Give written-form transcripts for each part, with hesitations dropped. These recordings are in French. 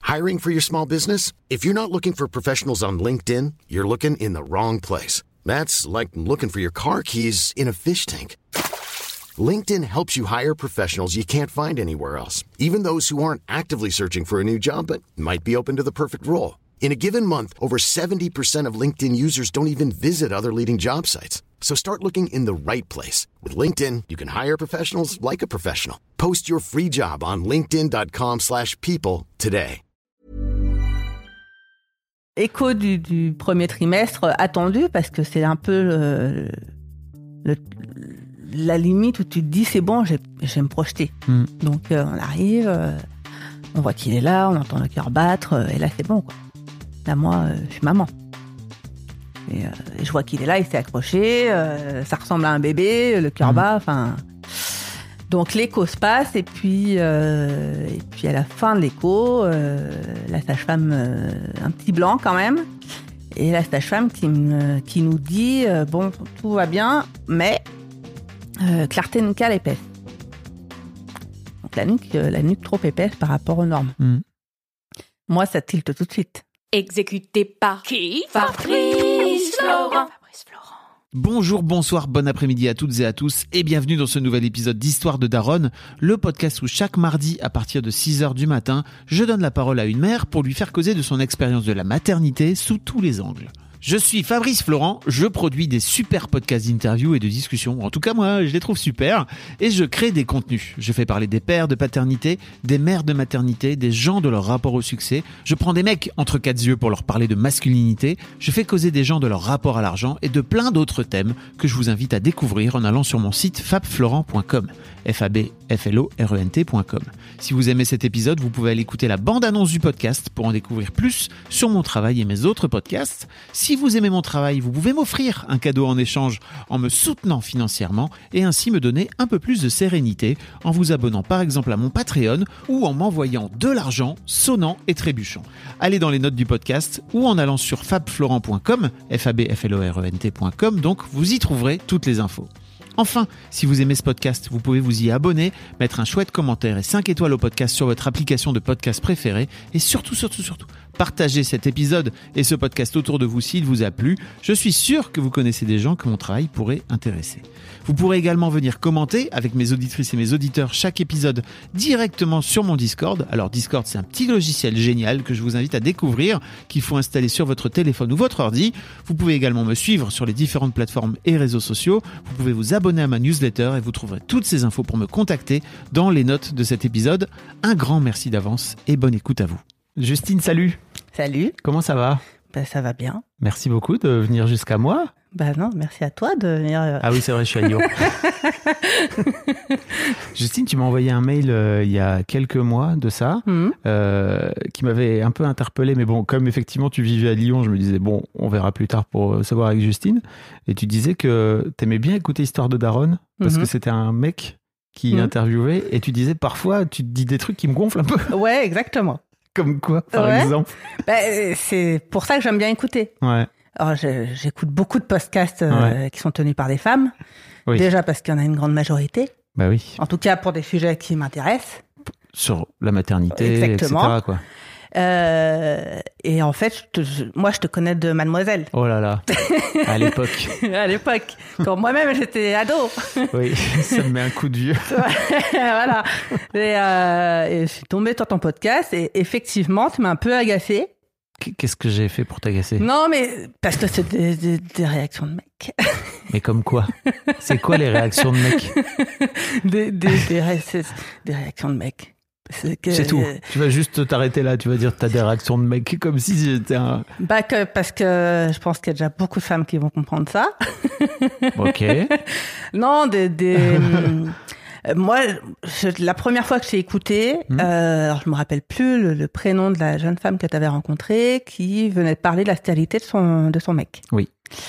Hiring for your small business? If you're not looking for professionals on LinkedIn, you're looking in the wrong place. That's like looking for your car keys in a fish tank. LinkedIn helps you hire professionals you can't find anywhere else, even those who aren't actively searching for a new job but might be open to the perfect role. In a given month, over 70% of LinkedIn users don't even visit other leading job sites. So start looking in the right place. With LinkedIn, you can hire professionals like a professional. Post your free job on linkedin.com/people today. Écho du premier trimestre attendu, parce que c'est un peu la limite où tu te dis c'est bon, je vais me projeter. Donc on arrive, on voit qu'il est là, on entend le cœur battre, et là c'est bon, quoi. Là moi, je suis maman. Et je vois qu'il est là, il s'est accroché, ça ressemble à un bébé, le cœur bat, enfin... Donc l'écho se passe, et puis à la fin de l'écho, la sage-femme, un petit blanc quand même, et la sage-femme qui nous dit bon, tout va bien, mais clarté nucale épaisse. Donc la nuque trop épaisse par rapport aux normes. Moi, ça tilte tout de suite. Exécuté par qui? Fabrice Florent. Bonjour, bonsoir, bon après-midi à toutes et à tous et bienvenue dans ce nouvel épisode d'Histoire de Daronne, le podcast où chaque mardi à partir de 6h du matin, je donne la parole à une mère pour lui faire causer de son expérience de la maternité sous tous les angles. Je suis Fabrice Florent, je produis des super podcasts d'interviews et de discussions. En tout cas, moi, je les trouve super. Et je crée des contenus. Je fais parler des pères de paternité, des mères de maternité, des gens de leur rapport au succès. Je prends des mecs entre quatre yeux pour leur parler de masculinité. Je fais causer des gens de leur rapport à l'argent et de plein d'autres thèmes que je vous invite à découvrir en allant sur mon site fabflorent.com. fabflorent.com. Si vous aimez cet épisode, vous pouvez aller écouter la bande-annonce du podcast pour en découvrir plus sur mon travail et mes autres podcasts. Si vous aimez mon travail, vous pouvez m'offrir un cadeau en échange en me soutenant financièrement et ainsi me donner un peu plus de sérénité en vous abonnant par exemple à mon Patreon ou en m'envoyant de l'argent sonnant et trébuchant. Allez dans les notes du podcast ou en allant sur fabflorent.com, fabflorent.com, donc vous y trouverez toutes les infos. Enfin, si vous aimez ce podcast, vous pouvez vous y abonner, mettre un chouette commentaire et 5 étoiles au podcast sur votre application de podcast préférée et surtout, partagez cet épisode et ce podcast autour de vous s'il vous a plu. Je suis sûr que vous connaissez des gens que mon travail pourrait intéresser. Vous pourrez également venir commenter avec mes auditrices et mes auditeurs chaque épisode directement sur mon Discord. Alors Discord, c'est un petit logiciel génial que je vous invite à découvrir, qu'il faut installer sur votre téléphone ou votre ordi. Vous pouvez également me suivre sur les différentes plateformes et réseaux sociaux. Vous pouvez vous abonner à ma newsletter et vous trouverez toutes ces infos pour me contacter dans les notes de cet épisode. Un grand merci d'avance et bonne écoute à vous. Justine, salut. Salut. Comment ça va? Ça va bien. Merci beaucoup de venir jusqu'à moi. Non, merci à toi de venir. Ah oui, c'est vrai, je suis à Lyon. Justine, tu m'as envoyé un mail il y a quelques mois de ça, qui m'avait un peu interpellé. Mais bon, comme effectivement tu vivais à Lyon, je me disais, bon, on verra plus tard pour savoir avec Justine. Et tu disais que t'aimais bien écouter Histoire de Daronne, parce que c'était un mec qui interviewait. Et tu disais, parfois, tu te dis des trucs qui me gonflent un peu. Ouais, exactement. Comme quoi, par exemple? C'est pour ça que j'aime bien écouter. Ouais. Alors, j'écoute beaucoup de podcasts qui sont tenus par des femmes. Oui. Déjà parce qu'il y en a une grande majorité. Bah oui. En tout cas, pour des sujets qui m'intéressent. Sur la maternité, exactement. etc., quoi. Et en fait, moi, je te connais de Mademoiselle. Oh là là, à l'époque. À l'époque, quand moi-même j'étais ado. Oui, ça me met un coup de vieux. Voilà. Et je suis tombée sur ton podcast et effectivement, tu m'as un peu agacée. Qu'est-ce que j'ai fait pour t'agacer? Non, mais parce que c'est des réactions de mecs. Mais comme quoi? C'est quoi les réactions de mecs? Des réactions de mecs. C'est tout. Tu vas juste t'arrêter là. Tu vas dire que t'as des réactions de mecs comme si c'était un... parce que je pense qu'il y a déjà beaucoup de femmes qui vont comprendre ça. Ok. Non, moi, la première fois que j'ai écouté, alors je me rappelle plus le prénom de la jeune femme que tu avais rencontrée qui venait de parler de la stérilité de son mec. Oui.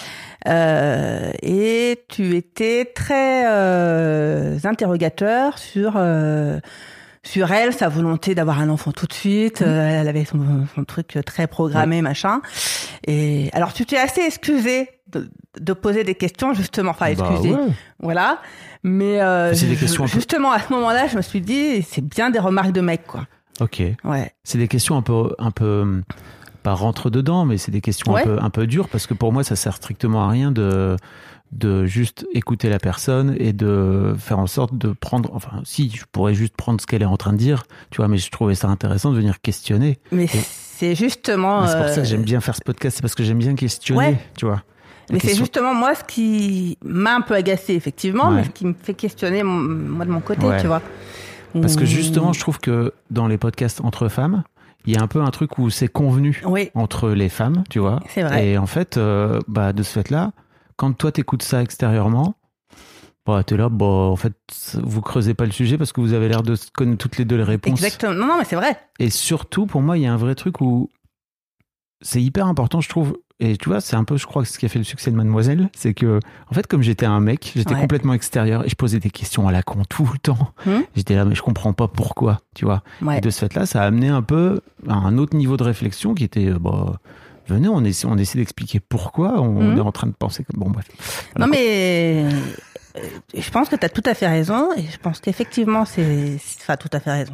Et tu étais très interrogateur sur elle, sa volonté d'avoir un enfant tout de suite. Elle avait son truc très programmé, machin. Et alors, tu t'es assez excusé de poser des questions, justement. Enfin, excusé. Ouais. Voilà. Mais c'est des questions justement, à ce moment-là, je me suis dit, c'est bien des remarques de mecs, quoi. Ok. Ouais. C'est des questions un peu pas rentre dedans, mais c'est des questions un peu dures parce que pour moi, ça sert strictement à rien de juste écouter la personne et de faire en sorte de prendre, enfin, si, je pourrais juste prendre ce qu'elle est en train de dire, tu vois, mais je trouvais ça intéressant de venir questionner. Mais c'est justement... C'est pour ça que j'aime bien faire ce podcast, c'est parce que j'aime bien questionner, tu vois. Mais c'est justement moi ce qui m'a un peu agacé, effectivement, mais ce qui me fait questionner moi de mon côté, tu vois. Parce que justement, je trouve que dans les podcasts entre femmes, il y a un peu un truc où c'est convenu entre les femmes, tu vois. C'est vrai. Et en fait, de ce fait-là, quand toi t'écoutes ça extérieurement, t'es là, en fait, vous creusez pas le sujet parce que vous avez l'air de connaître toutes les deux les réponses. Exactement. Non, mais c'est vrai. Et surtout, pour moi, il y a un vrai truc où c'est hyper important, je trouve. Et tu vois, c'est un peu, je crois, ce qui a fait le succès de Mademoiselle, c'est que, en fait, comme j'étais un mec, j'étais complètement extérieur et je posais des questions à la con tout le temps. J'étais là, mais je comprends pas pourquoi, tu vois. Et de ce fait-là, ça a amené un peu à un autre niveau de réflexion qui était, venez, on essaie d'expliquer pourquoi on est en train de penser comme... Bon, bref. Voilà. Non, mais je pense que tu as tout à fait raison et je pense qu'effectivement, Enfin, tout à fait raison.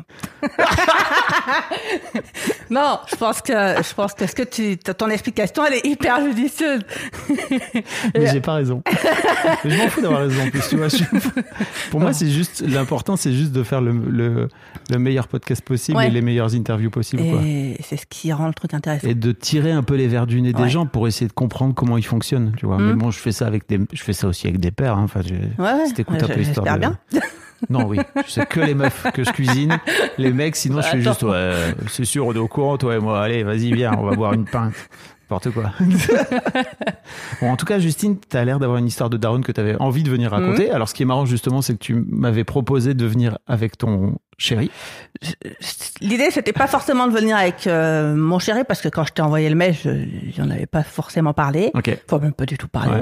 Non, je pense que ton explication, elle est hyper judicieuse. Mais j'ai pas raison. Mais je m'en fous d'avoir raison en plus, tu vois. Pour moi, c'est juste, l'important, c'est juste de faire le meilleur podcast possible et les meilleures interviews possibles, et c'est ce qui rend le truc intéressant. Et de tirer un peu les vers du nez des gens pour essayer de comprendre comment ils fonctionnent, tu vois. Mais bon, je fais ça aussi avec des pères, hein. Enfin, si t'écoutes un peu l'histoire j'espère bien. Non, oui, c'est que les meufs que je cuisine. Les mecs, sinon je fais juste, c'est sûr, on est au courant, toi et moi, allez, vas-y, viens, on va boire une pinte. N'importe quoi. Bon, en tout cas, Justine, t'as l'air d'avoir une histoire de daronne que t'avais envie de venir raconter. Alors, ce qui est marrant, justement, c'est que tu m'avais proposé de venir avec ton chéri. L'idée, c'était pas forcément de venir avec mon chéri, parce que quand je t'ai envoyé le mail, j'en avais pas forcément parlé. Enfin, même pas du tout parlé.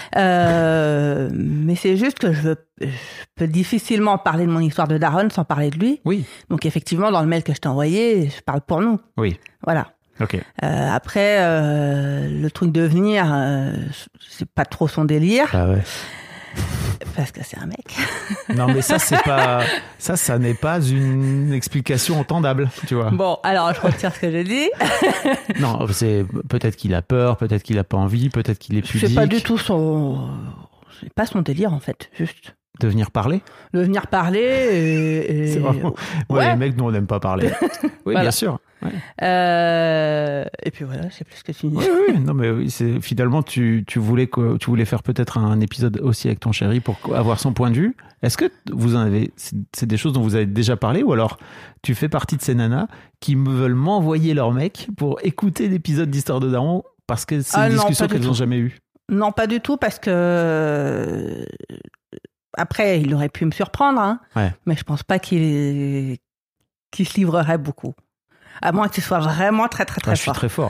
Mais c'est juste que je peux difficilement parler de mon histoire de daronne sans parler de lui. Oui. Donc, effectivement, dans le mail que je t'ai envoyé, je parle pour nous. Oui. Voilà. Ok. Après, le truc de venir, c'est pas trop son délire. Ah ouais. Parce que c'est un mec. Non, mais ça n'est pas une explication entendable, tu vois. Bon, alors je retire ce que j'ai dit. Non, c'est peut-être qu'il a peur, peut-être qu'il a pas envie, peut-être qu'il est pudique. C'est pas du tout c'est pas son délire en fait, juste. De venir parler. De venir parler et... C'est vraiment... les mecs, nous on n'aime pas parler. Oui, bien sûr. Ouais. Et puis voilà, je sais plus ce que tu dis. Oui. Non, mais oui, finalement, tu voulais faire peut-être un épisode aussi avec ton chéri pour avoir son point de vue. Est-ce que vous en avez, c'est des choses dont vous avez déjà parlé, ou alors tu fais partie de ces nanas qui veulent m'envoyer leur mec pour écouter l'épisode d'Histoire de Daron parce que c'est une discussion qu'elles n'ont jamais eue? Non, pas du tout, parce que après, il aurait pu me surprendre, hein, mais je pense pas qu'il se livrerait beaucoup. À moins que tu sois vraiment très, très, très fort. Je suis très fort.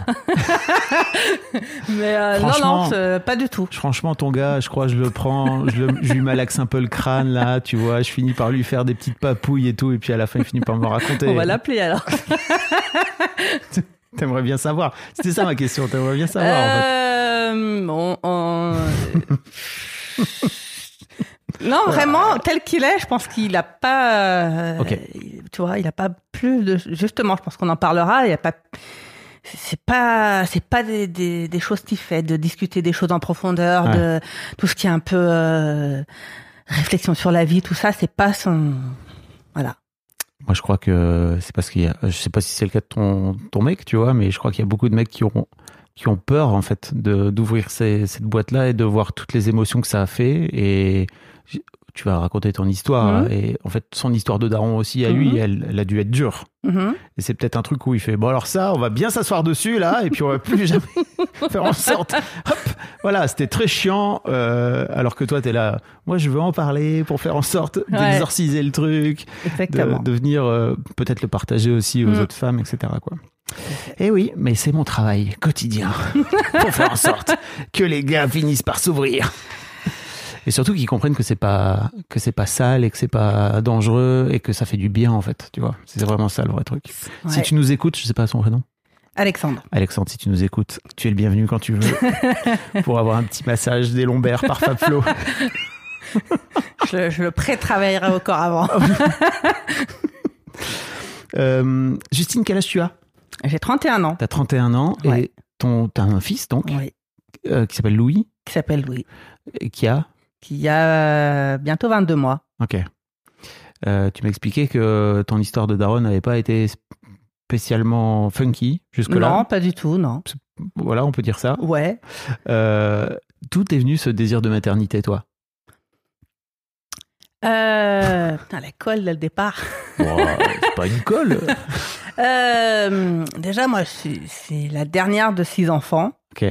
Mais non, pas du tout. Franchement, ton gars, je crois, je le prends, je lui malaxe un peu le crâne, là, tu vois, je finis par lui faire des petites papouilles et tout, et puis à la fin, il finit par me raconter. On va l'appeler, alors. T'aimerais bien savoir. C'était ça ma question, t'aimerais bien savoir, en fait. Non, vraiment, tel qu'il est, je pense qu'il a pas... Tu vois, il a pas plus de... Justement, je pense qu'on en parlera, il y a pas... C'est pas des choses qu'il fait, de discuter des choses en profondeur, de tout ce qui est un peu réflexion sur la vie, tout ça, c'est pas son... Voilà. Moi, je crois que c'est parce qu'il y a... Je sais pas si c'est le cas de ton mec, tu vois, mais je crois qu'il y a beaucoup de mecs qui ont peur, en fait, d'ouvrir cette boîte-là et de voir toutes les émotions que ça a fait. Et tu vas raconter ton histoire. Et en fait, son histoire de daron aussi, à lui, elle a dû être dure. Et c'est peut-être un truc où il fait, bon, alors ça, on va bien s'asseoir dessus, là, et puis on va plus jamais faire en sorte. Hop, voilà, c'était très chiant. Alors que toi, t'es là, moi, je veux en parler pour faire en sorte d'exorciser le truc. Exactement. De venir peut-être le partager aussi aux autres femmes, etc., quoi. Eh oui, mais c'est mon travail quotidien pour faire en sorte que les gars finissent par s'ouvrir. Et surtout qu'ils comprennent que c'est pas sale et que c'est pas dangereux et que ça fait du bien, en fait, tu vois. C'est vraiment ça le vrai truc. Ouais. Si tu nous écoutes, je sais pas son prénom. Alexandre, si tu nous écoutes, tu es le bienvenu quand tu veux pour avoir un petit massage des lombaires par Fab Flo. je le pré-travaillerai encore avant. Justine, quel âge tu as ? J'ai 31 ans. T'as 31 ans Ouais. et t'as un fils donc Oui. Qui s'appelle Louis. Qui s'appelle Louis. Et qui a bientôt 22 mois. Ok. Tu m'as expliqué que ton histoire de daronne n'avait pas été spécialement funky jusque-là. Non, pas du tout, non. Voilà, on peut dire ça. Ouais. D'où est venu ce désir de maternité, toi ? Putain, la colle dès le départ. C'est pas une colle. Déjà, moi, je suis la dernière de 6 enfants. Ok.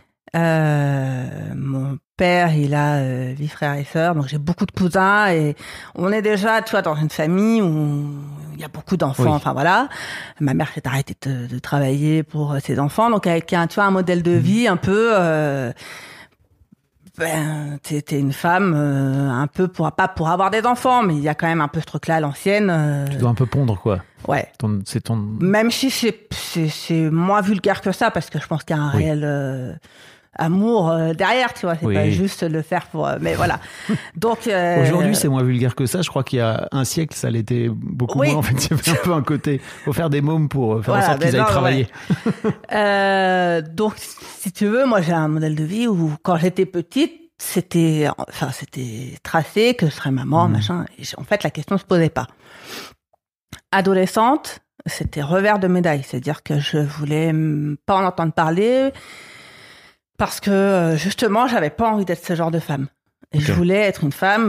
Mon père, il a 8 frères et sœurs, donc j'ai beaucoup de cousins et on est déjà, tu vois, dans une famille où il y a beaucoup d'enfants. Oui. Enfin voilà, ma mère s'est arrêtée de travailler pour ses enfants, donc avec un modèle de vie un peu. T'es une femme un peu pas pour avoir des enfants, mais il y a quand même un peu ce truc-là à l'ancienne. Tu dois un peu pondre, quoi. Ouais. C'est ton. Même si c'est moins vulgaire que ça, parce que je pense qu'il y a un réel amour derrière, tu vois. C'est pas juste le faire pour. Mais voilà. Donc. Aujourd'hui, c'est moins vulgaire que ça. Je crois qu'il y a un siècle, ça l'était beaucoup moins. En fait, il y avait un peu un côté. Faut faire des mômes pour faire en sorte qu'ils aillent travailler. Ouais. Donc, si tu veux, moi, j'ai un modèle de vie où, quand j'étais petite, c'était tracé que je serais maman, machin. Et en fait, la question se posait pas. Adolescente, c'était revers de médaille. C'est-à-dire que je voulais pas en entendre parler parce que, justement, j'avais pas envie d'être ce genre de femme. Et je voulais être une femme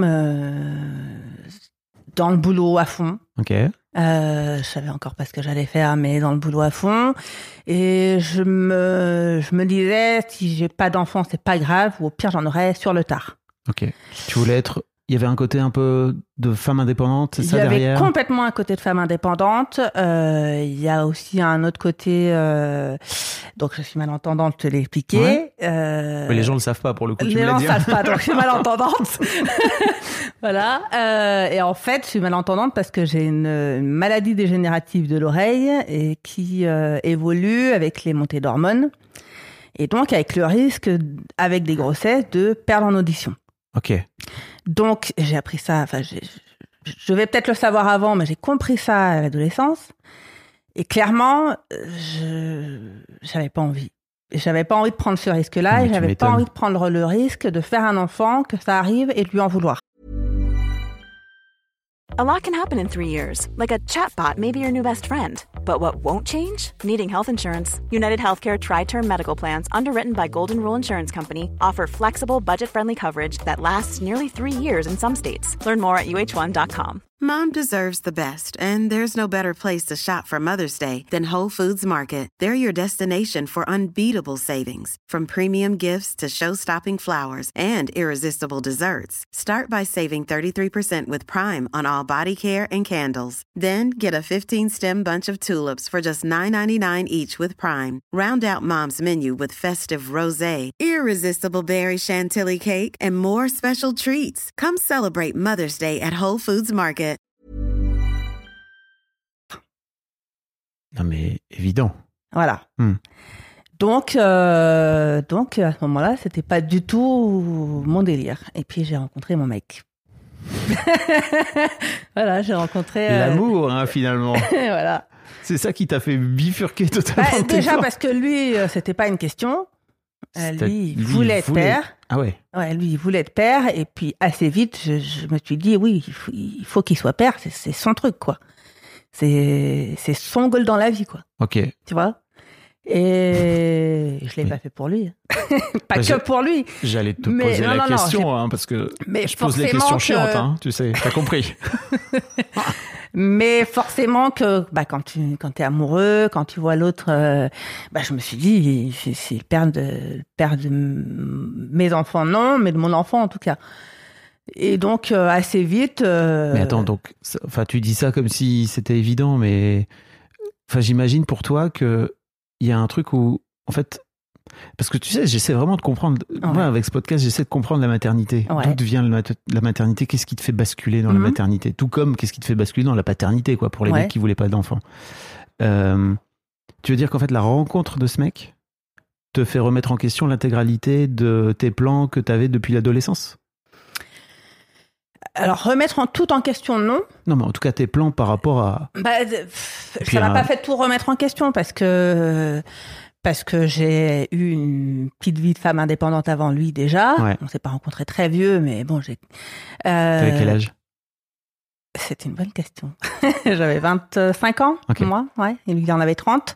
dans le boulot à fond. Ok. Je savais encore pas ce que j'allais faire, mais dans le boulot à fond. Et je me disais, si j'ai pas d'enfant, c'est pas grave, ou au pire, j'en aurais sur le tard. Ok. Tu voulais être. Il y avait un côté un peu de femme indépendante, c'est ça derrière ? Il y avait complètement un côté de femme indépendante. Il y a aussi un autre côté. Donc, je suis malentendante, je te l'ai expliqué. Ouais. Mais les gens le savent pas pour le coup. Les gens ne savent pas, donc je suis malentendante. Voilà. Et en fait, je suis malentendante parce que j'ai une maladie dégénérative de l'oreille et qui évolue avec les montées d'hormones. Et donc, avec le risque, avec des grossesses, de perdre en audition. Ok. Donc, j'ai appris ça, je vais peut-être le savoir avant, mais j'ai compris ça à l'adolescence. Et clairement, j'avais pas envie. J'avais pas envie de prendre ce risque-là, et j'avais pas envie de prendre le risque de faire un enfant, que ça arrive, et de lui en vouloir. A lot can happen in 3 years, like a chatbot may be your new best friend. But what won't change? Needing health insurance. United Healthcare Tri-Term Medical Plans, underwritten by Golden Rule Insurance Company, offer flexible, budget-friendly coverage that lasts nearly 3 years in some states. Learn more at uh1.com. Mom deserves the best, and there's no better place to shop for Mother's Day than Whole Foods Market. They're your destination for unbeatable savings, from premium gifts to show-stopping flowers and irresistible desserts. Start by saving 33% with Prime on all body care and candles. Then get a 15-stem bunch of tulips for just $9.99 each with Prime. Round out Mom's menu with festive rosé, irresistible berry chantilly cake, and more special treats. Come celebrate Mother's Day at Whole Foods Market. Non mais évident. Voilà. Donc à ce moment-là, c'était pas du tout mon délire. Et puis j'ai rencontré mon mec. Voilà, j'ai rencontré l'amour, finalement. Voilà. C'est ça qui t'a fait bifurquer totalement. Déjà parce que lui, c'était pas une question. Lui, il voulait être père. Ah ouais. Ouais, lui, il voulait être père. Et puis assez vite, je me suis dit, oui, il faut qu'il soit père. C'est son truc, quoi. C'est son goal dans la vie, quoi. Ok. Tu vois. Et je l'ai pas fait pour lui. Pas que pour lui. J'allais te poser la question, parce que je pose les questions chiantes, tu sais, t'as compris. Mais forcément que quand t'es amoureux, quand tu vois l'autre, je me suis dit, c'est le père de mes enfants, non, mais de mon enfant en tout cas. Et donc assez vite. Mais attends, donc, tu dis ça comme si c'était évident, mais j'imagine pour toi que il y a un truc où, en fait, parce que tu sais, j'essaie vraiment de comprendre. Ouais. Moi, avec ce podcast, j'essaie de comprendre la maternité. Ouais. D'où vient la maternité ? Qu'est-ce qui te fait basculer dans la maternité ? Tout comme qu'est-ce qui te fait basculer dans la paternité, quoi, pour les mecs qui voulaient pas d'enfants. Tu veux dire qu'en fait, la rencontre de ce mec te fait remettre en question l'intégralité de tes plans que tu avais depuis l'adolescence ? Alors, remettre tout en question, non. Non, mais en tout cas, tes plans par rapport à... Ça m'a pas fait tout remettre en question parce que j'ai eu une petite vie de femme indépendante avant lui déjà. Ouais. On s'est pas rencontrés très vieux, mais bon, T'avais quel âge? C'est une bonne question. J'avais 25 ans, moi, ouais. Et lui, il en avait 30.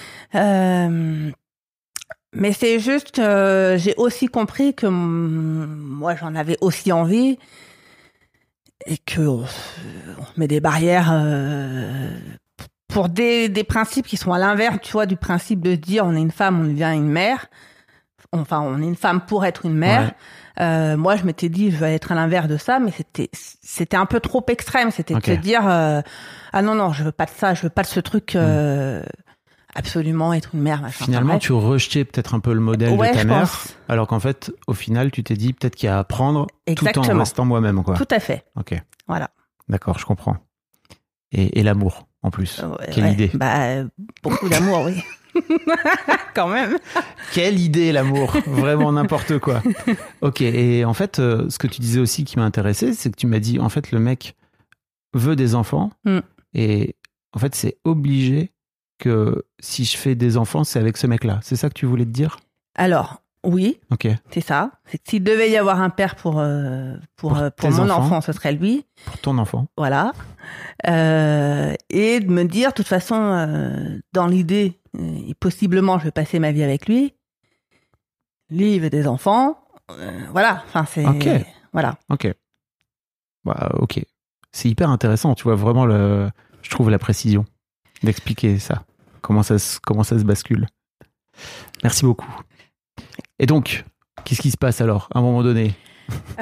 Mais c'est juste que j'ai aussi compris que moi, j'en avais aussi envie et que on met des barrières pour des principes qui sont à l'inverse, tu vois, du principe de dire on est une femme, on devient une mère. Enfin, on est une femme pour être une mère. Ouais. Moi, je m'étais dit, je vais être à l'inverse de ça, mais c'était un peu trop extrême. C'était de se dire, ah non, je veux pas de ça, je veux pas de ce truc, absolument être une mère. Machin. Finalement, tu rejetais peut-être un peu le modèle de ta mère, alors qu'en fait, au final, tu t'es dit peut-être qu'il y a à apprendre tout en restant moi-même, quoi. Tout à fait. Ok. Voilà. D'accord, je comprends. Et l'amour, en plus. Quelle idée. Beaucoup d'amour, oui. Quand même. Quelle idée, l'amour. Vraiment n'importe quoi. Ok, et en fait, ce que tu disais aussi qui m'a intéressé, c'est que tu m'as dit, en fait, le mec veut des enfants, et en fait, c'est obligé que si je fais des enfants, c'est avec ce mec-là. C'est ça que tu voulais te dire? Alors, oui, c'est ça. C'est que s'il devait y avoir un père pour mon enfant, ce serait lui. Pour ton enfant. Voilà. Et de me dire, de toute façon, dans l'idée, possiblement, je vais passer ma vie avec lui. Lui, il veut des enfants. Voilà. Enfin, c'est... Voilà. Ok. Bah, ok. C'est hyper intéressant, tu vois, vraiment, je trouve la précision d'expliquer ça. Comment ça se bascule. Merci beaucoup. Et donc, qu'est-ce qui se passe alors, à un moment donné? Il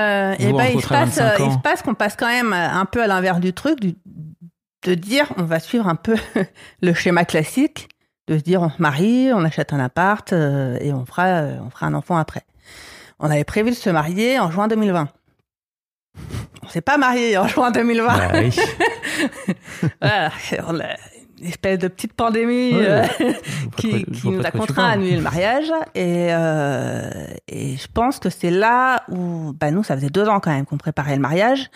se passe qu'on passe quand même un peu à l'inverse du truc, de dire, on va suivre un peu le schéma classique, de se dire, on se marie, on achète un appart, et on fera un enfant après. On avait prévu de se marier en juin 2020. On s'est pas marié en juin 2020. Bah, oui. Voilà, on a une espèce de petite pandémie qui nous a contraint à annuler le mariage. Et je pense que c'est là où, nous, ça faisait 2 ans quand même qu'on préparait le mariage.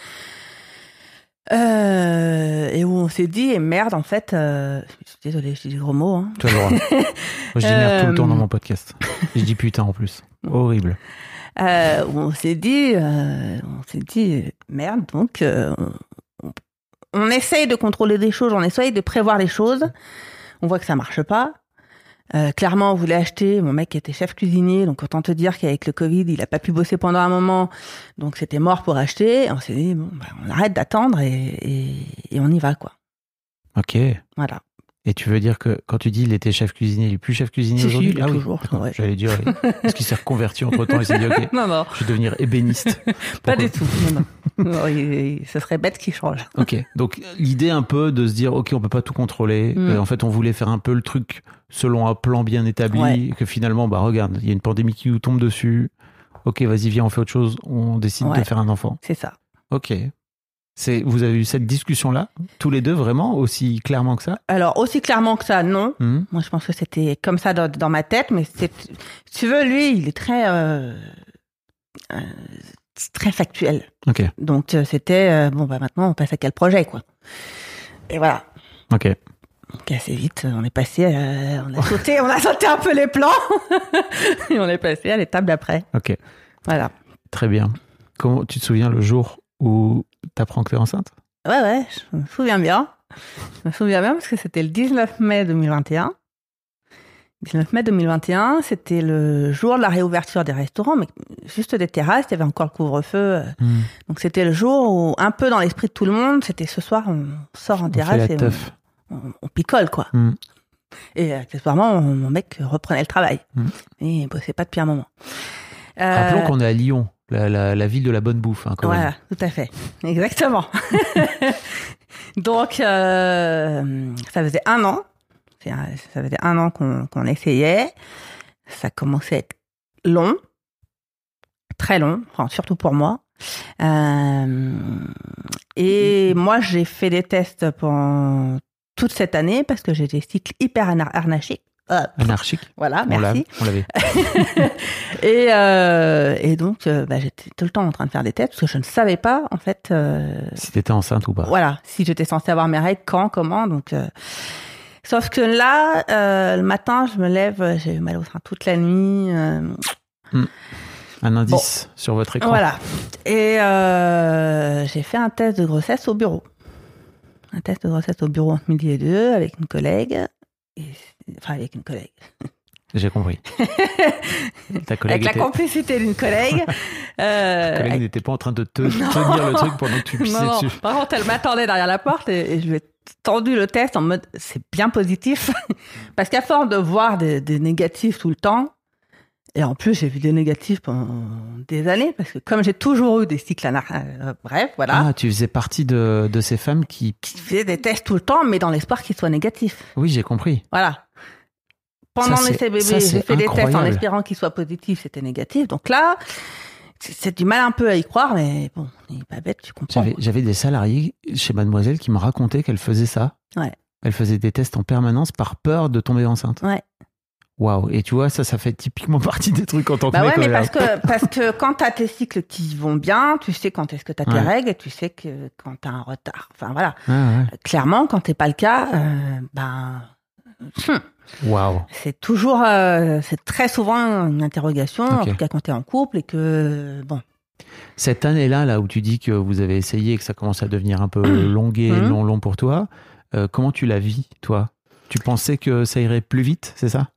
Et où on s'est dit, merde, en fait, je suis désolée, je dis des gros mots. Hein. Tu as le droit. Moi, je dis merde tout le temps dans mon podcast. Je dis putain en plus. Horrible. On s'est dit, merde, donc on essaye de contrôler des choses, on essaye de prévoir les choses. On voit que ça marche pas. Clairement, on voulait acheter. Mon mec était chef cuisinier, donc autant te dire qu'avec le Covid, il a pas pu bosser pendant un moment, donc c'était mort pour acheter. Et on s'est dit, on arrête d'attendre et on y va, quoi. Ok. Voilà. Et tu veux dire que quand tu dis il était chef cuisinier, il est plus chef cuisinier aujourd'hui? Il est toujours. Ouais. J'allais dire, est-ce qu'il s'est reconverti entre-temps? Il s'est dit, ok, non. Je vais devenir ébéniste. Pas du tout. Non. Ce serait bête qu'il change. Ok, donc l'idée un peu de se dire, ok, on peut pas tout contrôler. En fait, on voulait faire un peu le truc selon un plan bien établi, que finalement, regarde, il y a une pandémie qui nous tombe dessus. Ok, vas-y, viens, on fait autre chose. On décide de faire un enfant. C'est ça. Ok. Vous avez eu cette discussion-là, tous les deux, vraiment, aussi clairement que ça? Alors, aussi clairement que ça, non. Moi, je pense que c'était comme ça dans ma tête, mais si tu veux, lui, il est très factuel. Ok. Donc, c'était, maintenant, on passe à quel projet, quoi. Et voilà. Ok. Donc, assez vite, on est passé, on a sauté un peu les plans, et on est passé à l'étape d'après. Ok. Voilà. Très bien. Comment tu te souviens le jour où t'apprends que t'es enceinte? Ouais, je me souviens bien. Je me souviens bien parce que c'était le 19 mai 2021. 19 mai 2021, c'était le jour de la réouverture des restaurants, mais juste des terrasses, il y avait encore le couvre-feu. Donc c'était le jour où, un peu dans l'esprit de tout le monde, c'était ce soir, on sort en terrasse et on picole, quoi. Et accessoirement, mon mec reprenait le travail. Et il bossait pas depuis un moment. Rappelons qu'on est à Lyon. La ville de la bonne bouffe, quand même. Voilà, tout à fait. Exactement. Donc, ça faisait 1 an. Ça faisait 1 an qu'on essayait. Ça commençait à être long. Très long. Enfin, surtout pour moi. Et moi, j'ai fait des tests pendant toute cette année parce que j'ai des cycles hyper Anarchique. Voilà, merci. On l'avait. Et donc, j'étais tout le temps en train de faire des tests parce que je ne savais pas, en fait. Si t'étais enceinte ou pas. Voilà, si j'étais censée avoir mes règles, quand, comment. Donc, sauf que là, le matin, je me lève, j'ai eu mal au sein toute la nuit. Un indice sur votre écran. Voilà. Et j'ai fait un test de grossesse au bureau. Un test de grossesse au bureau entre midi et 2 avec une collègue. Avec une collègue. J'ai compris. Ta collègue avec la complicité d'une collègue. Ta collègue n'était pas en train de tenir le truc pendant que tu pissais dessus. Par contre, elle m'attendait derrière la porte et je lui ai tendu le test en mode c'est bien positif. Parce qu'à force de voir des négatifs tout le temps, et en plus j'ai vu des négatifs pendant des années, parce que comme j'ai toujours eu des cycles bref, voilà. Ah, tu faisais partie de ces femmes qui faisaient des tests tout le temps, mais dans l'espoir qu'ils soient négatifs. Oui, j'ai compris. Voilà. Pendant l'essai bébé, j'ai fait des tests en espérant qu'ils soient positifs, c'était négatif. Donc là, c'est du mal un peu à y croire, mais bon, il n'est pas bête, tu comprends. J'avais des salariés chez Mademoiselle qui me racontaient qu'elle faisait ça. Ouais. Elle faisait des tests en permanence par peur de tomber enceinte. Ouais. Waouh. Et tu vois, ça fait typiquement partie des trucs en tant que mec. Ouais, mais parce que quand t'as tes cycles qui vont bien, tu sais quand est-ce que t'as tes règles et tu sais que quand t'as un retard. Enfin, voilà. Clairement, quand t'es pas le cas, Waouh. C'est toujours, c'est très souvent une interrogation, en tout cas quand t'es en couple et que, bon. Cette année-là, là où tu dis que vous avez essayé et que ça commence à devenir un peu long pour toi, comment tu la vis, toi? Tu pensais que ça irait plus vite, c'est ça?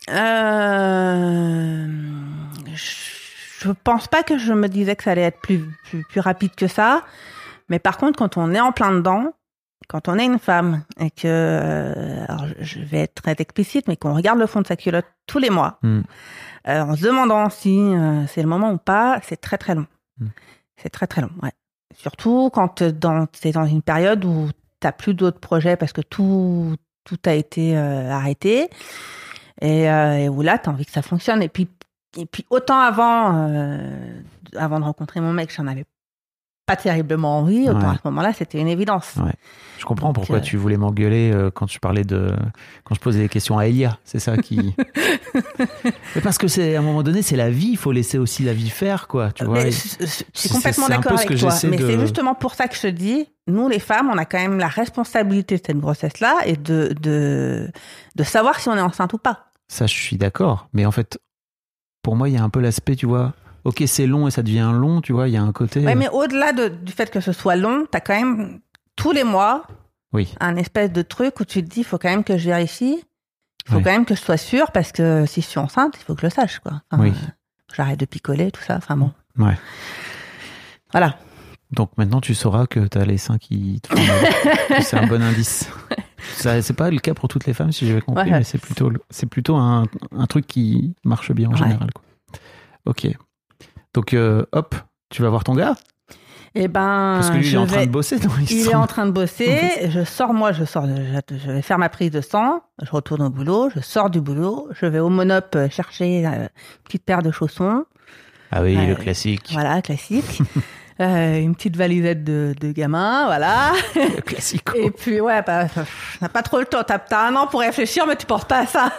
Je pense pas que je me disais que ça allait être plus rapide que ça. Mais par contre, quand on est en plein dedans, quand on est une femme et que, alors je vais être très explicite, mais qu'on regarde le fond de sa culotte tous les mois, en se demandant si c'est le moment ou pas, c'est très très long. C'est très très long, ouais. Surtout quand t'es dans une période où t'as plus d'autres projets parce que tout a été arrêté. Et où là, t'as envie que ça fonctionne. Et puis autant avant de rencontrer mon mec, j'en avais pas terriblement envie. Autant à ce moment-là, c'était une évidence. Ouais. Je comprends pourquoi tu voulais m'engueuler quand je posais des questions à Elia. C'est ça qui. Mais parce que à un moment donné, c'est la vie. Il faut laisser aussi la vie faire, quoi. Tu vois. Je suis complètement d'accord avec toi. Mais c'est justement pour ça que je te dis. Nous, les femmes, on a quand même la responsabilité de cette grossesse-là et de savoir si on est enceinte ou pas. Ça, je suis d'accord. Mais en fait, pour moi, il y a un peu l'aspect, tu vois, ok, c'est long et ça devient long, tu vois, il y a un côté... Oui, mais au-delà du fait que ce soit long, t'as quand même, tous les mois, un espèce de truc où tu te dis, il faut quand même que je vérifie, il faut quand même que je sois sûre, parce que si je suis enceinte, il faut que je le sache, quoi. Enfin, j'arrête de picoler, tout ça, enfin bon. Ouais. Voilà. Donc maintenant, tu sauras que tu as les seins qui te font c'est un bon indice. Ça, c'est pas le cas pour toutes les femmes, si j'avais compris, mais c'est plutôt un truc qui marche bien en général, quoi. Ok. Donc, hop, tu vas voir ton gars? Eh ben, parce que lui, il est en train de bosser dans l'histoire. Il est en train de bosser. Je vais faire ma prise de sang. Je retourne au boulot. Je sors du boulot. Je vais au Monop chercher une petite paire de chaussons. Ah oui, le classique. Voilà, classique. Une petite valisette de gamin, voilà. Le classique. Et puis, t'as pas trop le temps. T'as un an pour réfléchir, mais tu penses pas à ça.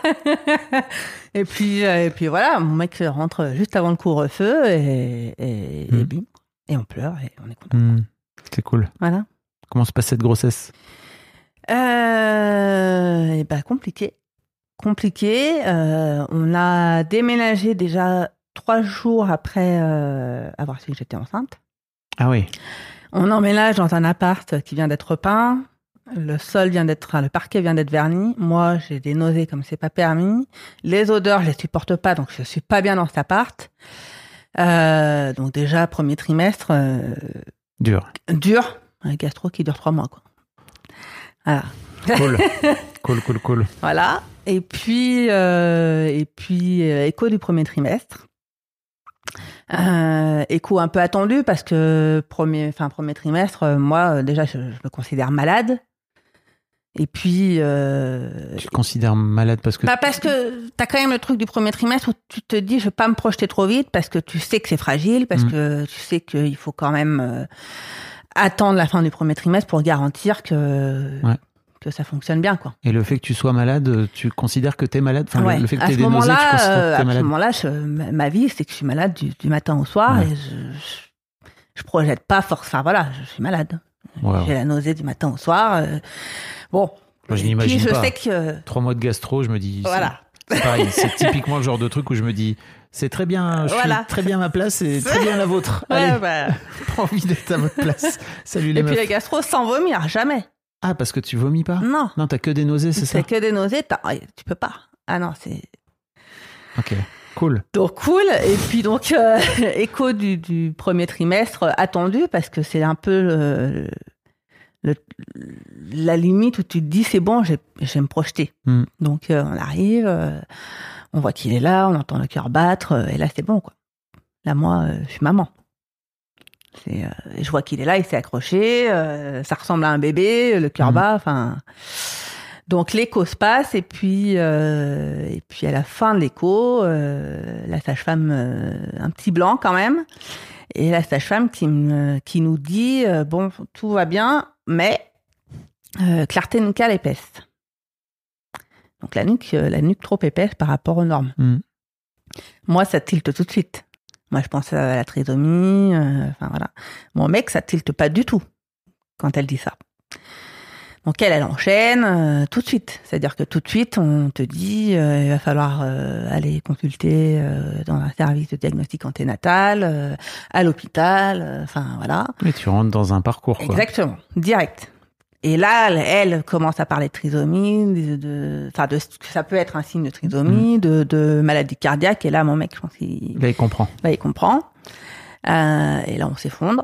et puis voilà, mon mec rentre juste avant le couvre-feu et bim. Et on pleure et on est content. C'est cool. Voilà. Comment se passe cette grossesse? Compliqué. On a déménagé déjà 3 jours après avoir su que j'étais enceinte. Ah oui. On emménage dans un appart qui vient d'être peint. Le parquet vient d'être verni. Moi, j'ai des nausées comme c'est pas permis. Les odeurs, je les supporte pas, donc je suis pas bien dans cet appart. Donc déjà, premier trimestre. Dur. Un gastro qui dure 3 mois, quoi. Voilà. Cool. Voilà. Et puis, écho du premier trimestre. Écho un peu attendu parce que premier trimestre, moi déjà je me considère malade. Et puis tu te considères malade parce que parce que t'as quand même le truc du premier trimestre où tu te dis je vais pas me projeter trop vite parce que tu sais que c'est fragile, parce que tu sais qu'il faut quand même attendre la fin du premier trimestre pour garantir que que ça fonctionne bien, quoi. Et le fait que tu sois malade, tu considères que t'es malade? Enfin, Ouais. le fait que À t'aies ce des nausées, tu considères que t'es à ce malade? moment-là, ma vie, c'est que je suis malade du matin au soir Ouais. et je projette pas forcément. Enfin, voilà, je suis malade. Wow. J'ai la nausée du matin au soir. Bon. Moi, je Et n'imagine puis, je pas. sais que... 3 mois de gastro, je me dis... Voilà. C'est pareil, c'est typiquement le genre de truc où je me dis... C'est très bien, je Voilà. suis très bien à ma place et très bien la vôtre. Ouais, Allez, bah. pas envie d'être à votre place. Salut les Et puis meufs. la gastro sans vomir, jamais. Ah, parce que tu vomis pas? Non. Non, t'as que des nausées, c'est ça? C'est que des nausées, tu peux pas. Ah non, c'est... Ok, cool. Donc cool. Et puis donc, écho du premier trimestre attendu, parce que c'est un peu la limite où tu te dis, c'est bon, je vais me projeter. Donc on arrive, on voit qu'il est là, on entend le cœur battre, et là c'est bon, quoi. Là, moi, je suis maman. Je vois qu'il est là, il s'est accroché, ça ressemble à un bébé, le cœur bat, enfin... Donc l'écho se passe et puis à la fin de l'écho, la sage-femme, un petit blanc quand même, et la sage-femme qui nous dit bon, tout va bien, mais clarté nucale épaisse. Donc la nuque trop épaisse par rapport aux normes. Moi, ça tilte tout de suite. Moi, je pense à la trisomie, enfin voilà. Mon mec, ça tilte pas du tout quand elle dit ça. Donc elle enchaîne tout de suite. C'est-à-dire que tout de suite, on te dit il va falloir aller consulter dans un service de diagnostic anténatal, à l'hôpital, enfin voilà. Mais tu rentres dans un parcours, quoi. Exactement, direct. Et là, elle commence à parler de trisomie, que ça peut être un signe de trisomie, de maladie cardiaque. Et là, mon mec, je pense Là, il comprend. Là, il comprend. Et là, on s'effondre.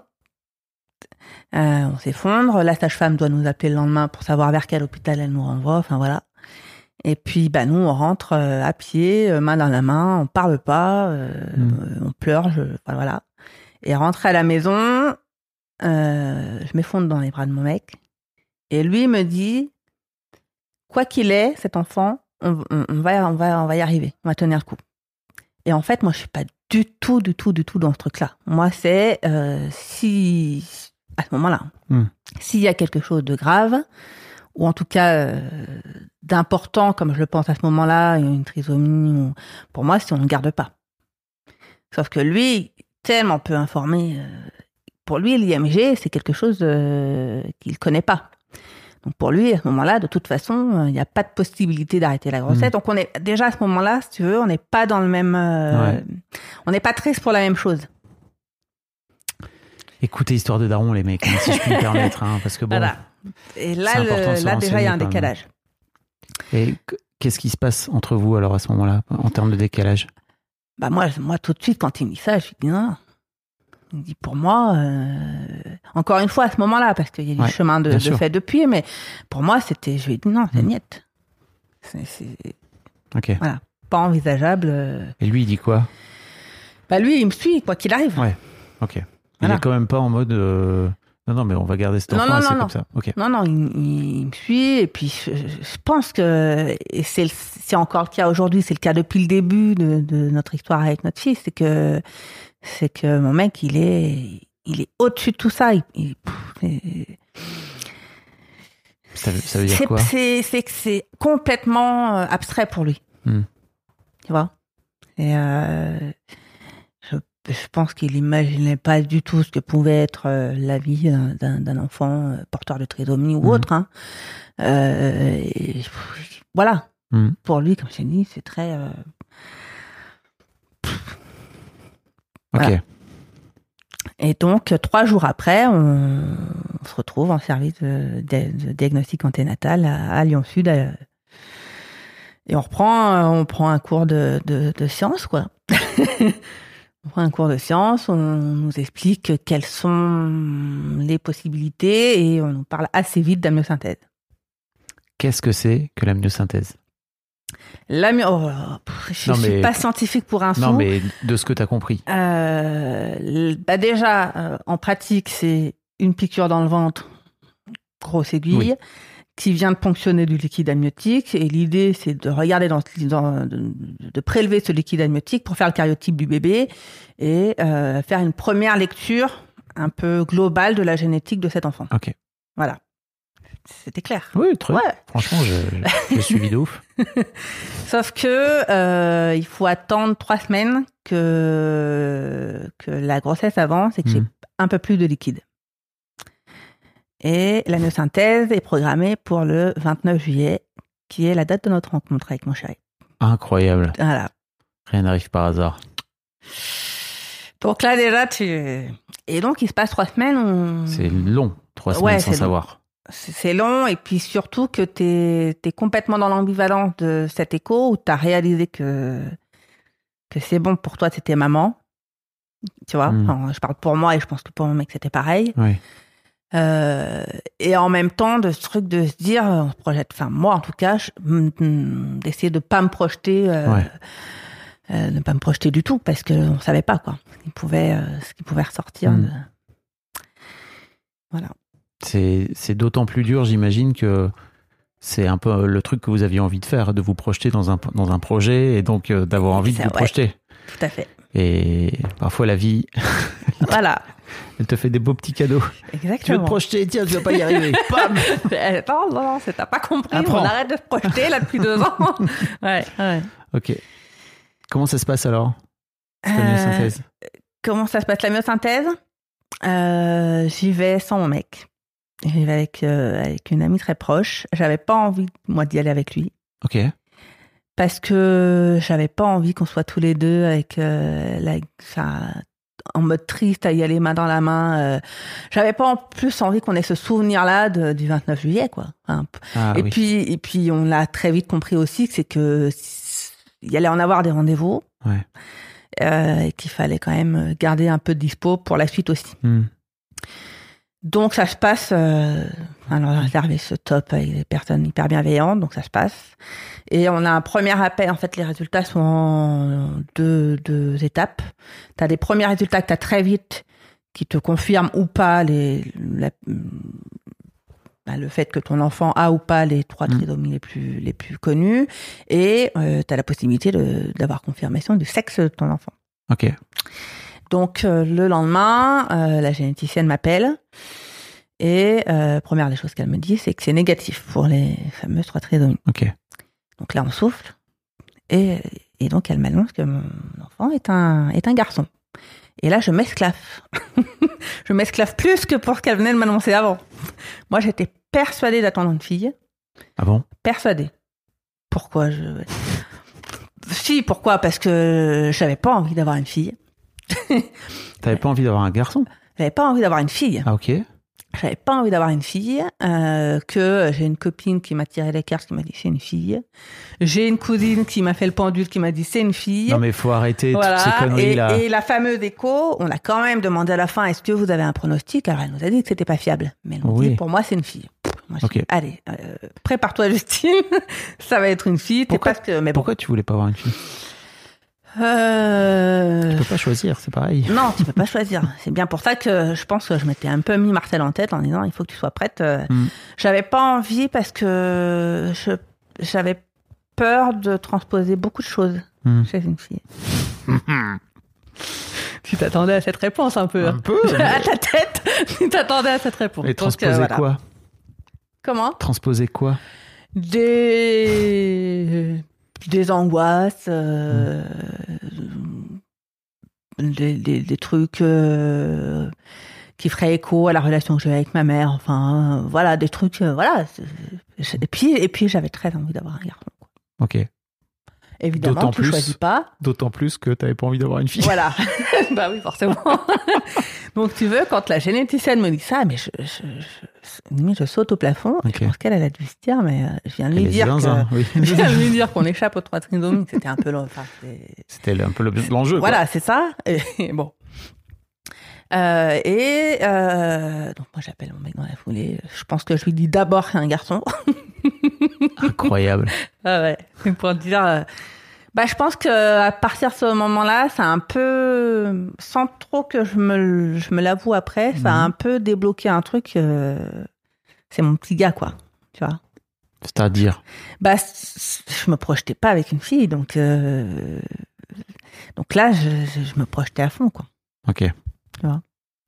La sage-femme doit nous appeler le lendemain pour savoir vers quel hôpital elle nous renvoie. Enfin, voilà. Et puis, nous, on rentre à pied, main dans la main, on parle pas, on pleure, voilà. Et rentrer à la maison, je m'effondre dans les bras de mon mec. Et lui me dit, quoi qu'il est, cet enfant, on va y arriver, on va tenir le coup. Et en fait, moi, je suis pas du tout dans ce truc-là. Moi, c'est si à ce moment-là, s'il y a quelque chose de grave, ou en tout cas d'important, comme je le pense à ce moment-là, une trisomie, pour moi, on ne garde pas. Sauf que lui, tellement peu informé, pour lui, l'IMG, c'est quelque chose qu'il connaît pas. Donc pour lui, à ce moment-là, de toute façon, il n'y a pas de possibilité d'arrêter la grossesse. Donc on est déjà à ce moment-là, si tu veux, on n'est pas dans le même... On n'est pas triste pour la même chose. Écoutez, histoire de daron, les mecs, si je puis me permettre, parce que bon... Voilà. Et là, là déjà, il y a un décalage. Et qu'est-ce qui se passe entre vous, alors, à ce moment-là, en termes de décalage? Moi, tout de suite, quand il me dit ça, je lui dis non. Il me dit pour moi, encore une fois à ce moment-là, parce qu'il y a du chemin de fait depuis, mais pour moi, je lui ai dit non, c'est niette. Ok. Voilà, pas envisageable. Et lui, il dit quoi? Lui, il me suit, quoi qu'il arrive. Ouais, ok. Voilà. Il est quand même pas en mode non, mais on va garder cet enfant, c'est comme ça. Okay. Non, il me suit, et puis je pense que, et c'est encore le cas aujourd'hui, c'est le cas depuis le début de notre histoire avec notre fils, c'est que mon mec, il est au-dessus de tout ça. Ça veut dire quoi? C'est que c'est complètement abstrait pour lui. Tu vois? Et je pense qu'il n'imaginait pas du tout ce que pouvait être la vie d'un enfant porteur de trisomie ou autre. Hein. Et voilà. Pour lui, comme je t'ai dit, c'est très... Ok. Voilà. Et donc, 3 jours après, on se retrouve en service de diagnostic anténatal à Lyon Sud. Et on prend un cours de sciences, quoi. On prend un cours de sciences, on nous explique quelles sont les possibilités et on nous parle assez vite d'amniosynthèse. Qu'est-ce que c'est que l'amniosynthèse? Je ne suis pas scientifique pour un sou. Non, mais de ce que tu as compris. Déjà, en pratique, c'est une piqûre dans le ventre, grosse aiguille, qui vient de ponctionner du liquide amniotique. Et l'idée, c'est de regarder de prélever ce liquide amniotique pour faire le karyotype du bébé et faire une première lecture un peu globale de la génétique de cet enfant. Ok. Voilà. C'était clair. Oui, très. Ouais. Franchement, j'ai suivi de ouf. Sauf que il faut attendre 3 semaines que la grossesse avance et que j'ai un peu plus de liquide. Et la myosynthèse est programmée pour le 29 juillet, qui est la date de notre rencontre avec mon chéri. Incroyable. Voilà. Rien n'arrive par hasard. Donc là, déjà, Et donc, il se passe 3 semaines. C'est long, 3 semaines sans savoir. C'est long, et puis surtout que t'es complètement dans l'ambivalence de cet écho où t'as réalisé que c'est bon pour toi, c'était maman. Tu vois, enfin, je parle pour moi et je pense que pour mon mec, c'était pareil. Oui. Et en même temps, de ce truc de se dire, on se projette, enfin, moi en tout cas, d'essayer de pas me projeter, ne pas me projeter du tout, parce qu'on savait pas, quoi, ce qui pouvait ressortir. Voilà. C'est d'autant plus dur, j'imagine, que c'est un peu le truc que vous aviez envie de faire, de vous projeter dans un projet et donc d'avoir envie de vous projeter. Tout à fait. Et parfois la vie, voilà, elle te fait des beaux petits cadeaux. Exactement. Tu veux te projeter, tiens, tu vas pas y arriver. Bam. Non, t'as pas compris. Apprends. On arrête de se projeter là depuis 2 ans. Ouais. Ok. Comment ça se passe alors, la myosynthèse? Comment ça se passe la myosynthèse? J'y vais sans mon mec. J'y vais avec une amie très proche. J'avais pas envie, moi, d'y aller avec lui. Ok. Parce que j'avais pas envie qu'on soit tous les deux avec en mode triste à y aller main dans la main. J'avais pas en plus envie qu'on ait ce souvenir-là du 29 juillet, quoi. Et puis on l'a très vite compris aussi, c'est que il y allait en avoir des rendez-vous. Ouais. Et qu'il fallait quand même garder un peu de dispo pour la suite aussi. Donc ça se passe, alors réservé ce top avec des personnes hyper bienveillantes, donc ça se passe. Et on a un premier appel, en fait les résultats sont en deux étapes. Tu as des premiers résultats que tu as très vite, qui te confirment ou pas le fait que ton enfant a ou pas les 3 trisomies les plus connues. Et tu as la possibilité d'avoir confirmation du sexe de ton enfant. Ok. Donc, le lendemain, la généticienne m'appelle et première des choses qu'elle me dit, c'est que c'est négatif pour les fameuses 3 trisomies. Ok. Donc là, on souffle et donc elle m'annonce que mon enfant est un garçon. Et là, je m'esclave. Je m'esclave plus que pour ce qu'elle venait de m'annoncer avant. Moi, j'étais persuadée d'attendre une fille. Ah bon? Persuadée. Pourquoi Si, pourquoi? Parce que j'avais pas envie d'avoir une fille. T'avais pas envie d'avoir un garçon? J'avais pas envie d'avoir une fille. Ah ok. J'avais pas envie d'avoir une fille, que j'ai une copine qui m'a tiré les cartes, qui m'a dit c'est une fille. J'ai une cousine qui m'a fait le pendule, qui m'a dit c'est une fille. Non mais faut arrêter toutes ces conneries-là. Et la fameuse écho, on a quand même demandé à la fin, est-ce que vous avez un pronostic? Alors elle nous a dit que c'était pas fiable. Mais elle nous dit, pour moi c'est une fille. Moi, je dis, allez, prépare-toi Justine, ça va être une fille. Pourquoi tu voulais pas avoir une fille? Tu peux pas choisir, c'est pareil. Non, tu peux pas choisir. C'est bien pour ça que je pense que je m'étais un peu mis Marcel en tête en disant il faut que tu sois prête. J'avais pas envie parce que j'avais peur de transposer beaucoup de choses chez une fille. Tu t'attendais à cette réponse un peu. Un peu. À ta tête, tu t'attendais à cette réponse. Et transposer quoi? Comment? Transposer quoi? Des angoisses, des trucs qui feraient écho à la relation que j'ai avec ma mère. Enfin, voilà, des trucs, voilà. Et puis, j'avais très envie d'avoir un garçon. Ok. Évidemment, tu choisis pas. D'autant plus que t'avais pas envie d'avoir une fille. Voilà. Bah oui, forcément. Donc, tu veux, quand la généticienne me dit ça, mais je saute au plafond. Okay. Je pense qu'elle a dû se dire, mais je viens de lui dire je viens de lui dire qu'on échappe aux 3 trisomies. C'était un peu c'était un peu l'enjeu. Voilà, quoi. C'est ça. Et bon. Donc moi j'appelle mon mec dans la foulée. Je pense que je lui dis d'abord c'est un garçon. Incroyable. Ah ouais. Pour dire. Je pense que à partir de ce moment-là, ça a un peu, sans trop que je me l'avoue après, ça a un peu débloqué un truc. C'est mon petit gars, quoi. Tu vois. C'est-à-dire. Je me projetais pas avec une fille, donc là, je me projetais à fond, quoi. Ok. Tu vois.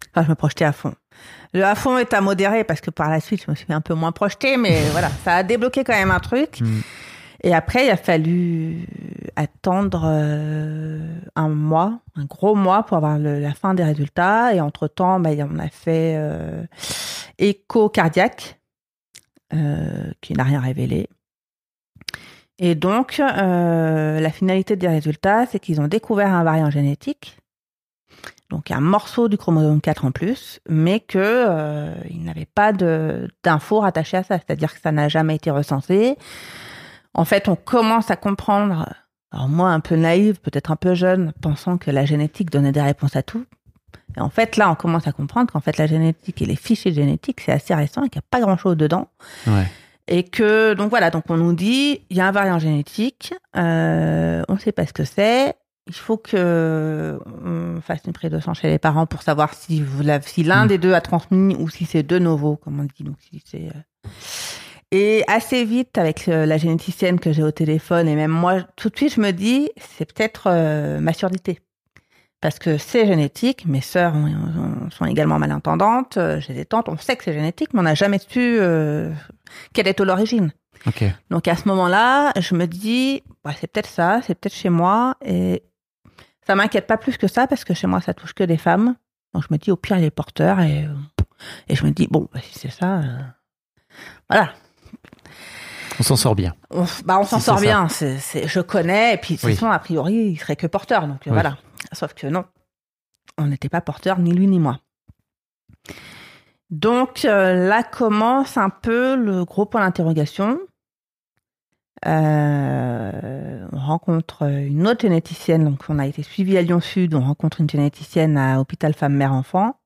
Enfin, je me projetais à fond. Le à fond est à modérer parce que par la suite, je me suis un peu moins projetée, mais voilà, ça a débloqué quand même un truc. Et après, il a fallu attendre un gros mois pour avoir la fin des résultats. Et entre-temps, on a fait écho cardiaque, qui n'a rien révélé. Et donc, la finalité des résultats, c'est qu'ils ont découvert un variant génétique, donc un morceau du chromosome 4 en plus, mais qu'ils n'avaient pas d'infos rattachées à ça, c'est-à-dire que ça n'a jamais été recensé. En fait, on commence à comprendre, alors moi un peu naïve, peut-être un peu jeune, pensant que la génétique donnait des réponses à tout. Et en fait, là, on commence à comprendre qu'en fait, la génétique et les fichiers génétiques, c'est assez récent et qu'il n'y a pas grand-chose dedans. Ouais. Et que, donc on nous dit, il y a un variant génétique, on ne sait pas ce que c'est, il faut qu'on fasse une prise de sang chez les parents pour savoir si l'un des deux a transmis ou si c'est de novo, comme on dit. Donc, si c'est... Et assez vite, avec la généticienne que j'ai au téléphone, et même moi, tout de suite, je me dis, c'est peut-être ma surdité. Parce que c'est génétique, mes sœurs sont également malentendantes, j'ai des tantes, on sait que c'est génétique, mais on n'a jamais su quelle est l'origine. Okay. Donc à ce moment-là, je me dis, c'est peut-être ça, c'est peut-être chez moi, et ça m'inquiète pas plus que ça, parce que chez moi, ça touche que des femmes. Donc je me dis, au pire, il est porteur, et je me dis, si c'est ça, voilà. On s'en sort bien. On s'en sort bien, je connais, et puis de toute façon, a priori, il serait que porteur, donc voilà. Sauf que non, on n'était pas porteurs, ni lui ni moi. Donc là commence un peu le gros point d'interrogation. On rencontre une autre généticienne, donc on a été suivi à Lyon Sud, on rencontre une généticienne à Hôpital Femmes Mère Enfant,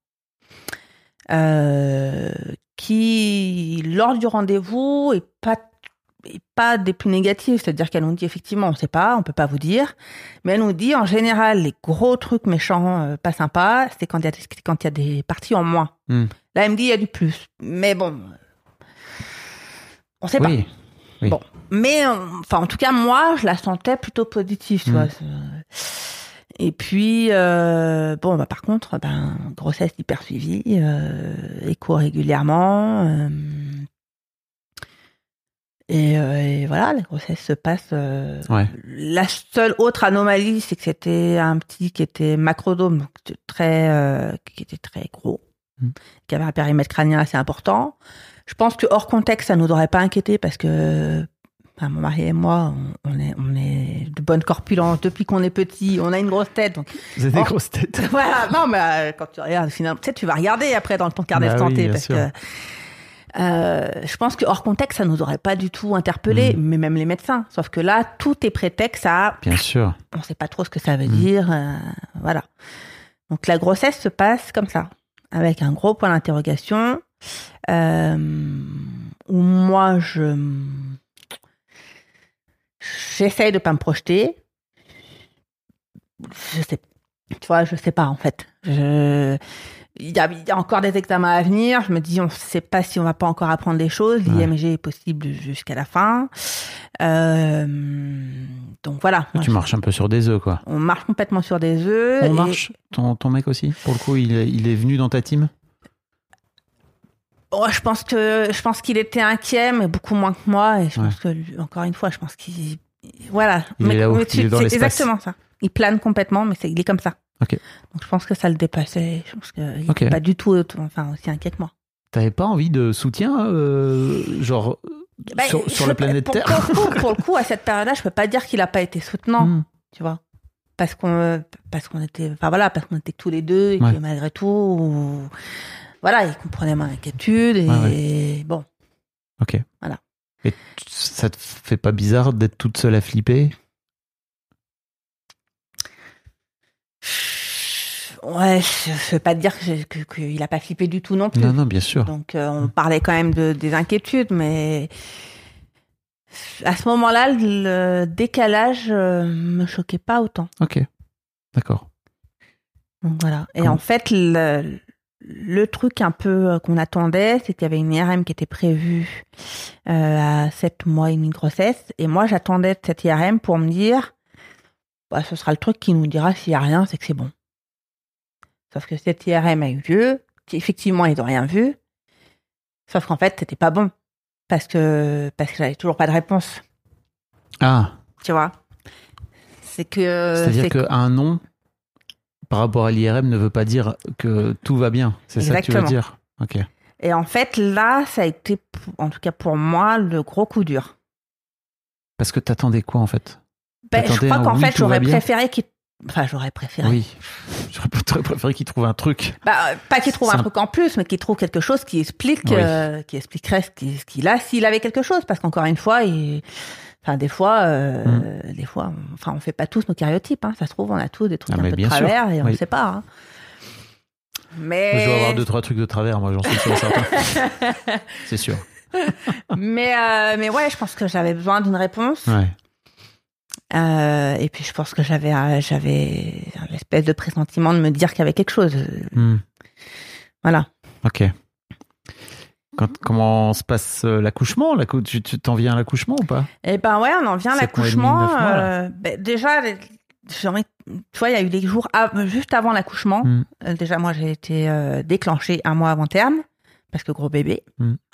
qui, lors du rendez-vous, est pas des plus négatives, c'est-à-dire qu'elle nous dit effectivement on sait pas, on peut pas vous dire, mais elle nous dit en général les gros trucs méchants pas sympas, c'est quand il y a des parties en moins. Là elle me dit il y a du plus, mais bon, on sait pas. Oui. Bon, mais en tout cas moi je la sentais plutôt positive, tu vois. Et puis par contre grossesse hyper suivie, écho régulièrement. Et voilà, la grossesse se passe. La seule autre anomalie, c'est que c'était un petit qui était macrodome, donc qui était très gros, qui avait un périmètre crânien assez important. Je pense que hors contexte, ça nous aurait pas inquiété parce que mon mari et moi, on est de bonne corpulence depuis qu'on est petit. On a une grosse tête. Donc, vous avez des grosses têtes. Voilà, non, mais quand tu regardes, finalement, tu vas regarder après dans ton carnet de santé parce que. Je pense que hors contexte, ça nous aurait pas du tout interpellé, mais même les médecins. Sauf que là, tout est prétexte à. Bien sûr. On sait pas trop ce que ça veut dire, voilà. Donc la grossesse se passe comme ça, avec un gros point d'interrogation, où moi j'essaye de pas me projeter. Je sais pas en fait. Il y a encore des examens à venir. Je me dis, on ne sait pas si on va pas encore apprendre des choses. L'IMG est possible jusqu'à la fin. Donc voilà. Tu marches un peu sur des œufs, quoi. On marche complètement sur des œufs. On marche. Ton mec aussi, pour le coup, il est venu dans ta team. Je pense qu'il était inquiet, mais beaucoup moins que moi. Et je pense que encore une fois, je pense qu'il voilà. Il est là-haut. Il est dans l'espace. C'est exactement ça. Il plane complètement, mais il est comme ça. Okay. Donc je pense que ça le dépassait. Je pense qu'il n'était pas du tout aussi inquiet que moi. T'avais pas envie de soutien, sur la planète Terre? Pour le coup, à cette période-là, je peux pas dire qu'il a pas été soutenant, tu vois, parce qu'on était tous les deux et que malgré tout, voilà, il comprenait mon inquiétude et bon. Ok. Voilà. Et ça te fait pas bizarre d'être toute seule à flipper? Ouais, je veux pas te dire qu'il a pas flippé du tout non plus. Non, bien sûr. Donc, on parlait quand même des inquiétudes, mais à ce moment-là, le décalage me choquait pas autant. Ok, d'accord. Donc voilà. Et en fait, le truc un peu qu'on attendait, c'est qu'il y avait une IRM qui était prévue à 7 mois et demi de grossesse. Et moi, j'attendais cette IRM pour me dire, ce sera le truc qui nous dira s'il y a rien, c'est que c'est bon. Sauf que cette IRM a eu lieu, effectivement, ils n'ont rien vu. Sauf qu'en fait, c'était pas bon. Parce que j'avais toujours pas de réponse. Ah. Tu vois? C'est-à-dire qu'un non, par rapport à l'IRM, ne veut pas dire que tout va bien. C'est ça que tu veux dire? Ok. Et en fait, là, ça a été, en tout cas pour moi, le gros coup dur. Parce que t'attendais quoi, en fait? Je crois qu'en fait, j'aurais préféré qu'il... Enfin, j'aurais préféré. Oui. J'aurais préféré qu'il trouve un truc. Pas qu'il trouve un truc en plus, mais qu'il trouve quelque chose qui explique, qui expliquerait ce qu'il a, s'il avait quelque chose. Parce qu'encore une fois, des fois, on fait pas tous nos karyotypes. Hein. Ça se trouve, on a tous des trucs un peu de travers et on ne sait pas. Hein. Mais je dois avoir 2-3 trucs de travers, moi, j'en suis sûr certain. C'est sûr. mais ouais, je pense que j'avais besoin d'une réponse. Ouais. Et puis je pense que j'avais l'espèce de pressentiment de me dire qu'il y avait quelque chose. Voilà. Ok. Comment se passe l'accouchement? Tu t'en viens à l'accouchement ou pas? Eh ben ouais, on en vient à l'accouchement. Déjà, tu vois, il y a eu des jours juste avant l'accouchement. Déjà, moi, j'ai été déclenchée 1 mois avant terme parce que gros bébé.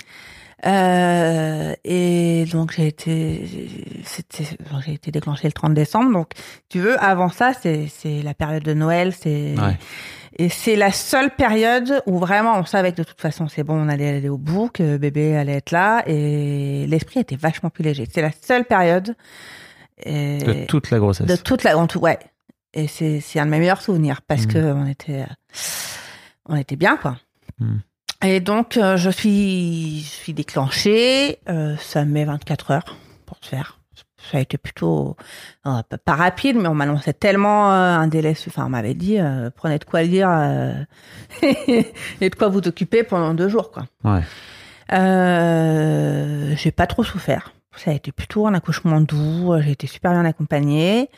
Et donc j'ai été déclenchée le 30 décembre. Donc, tu veux, avant ça, c'est la période de Noël. Et c'est la seule période où vraiment on savait que de toute façon c'est bon, on allait aller au bout, que bébé allait être là, et l'esprit était vachement plus léger. C'est la seule période de toute la grossesse. Ouais. Et c'est un de mes meilleurs souvenirs parce que on était bien, quoi. Et donc je suis déclenchée. Ça met 24 heures pour se faire. Ça a été plutôt pas rapide, mais on m'annonçait tellement un délai. Enfin, on m'avait dit prenez de quoi lire et de quoi vous occuper pendant 2 jours, quoi. Ouais. J'ai pas trop souffert. Ça a été plutôt un accouchement doux. J'ai été super bien accompagnée.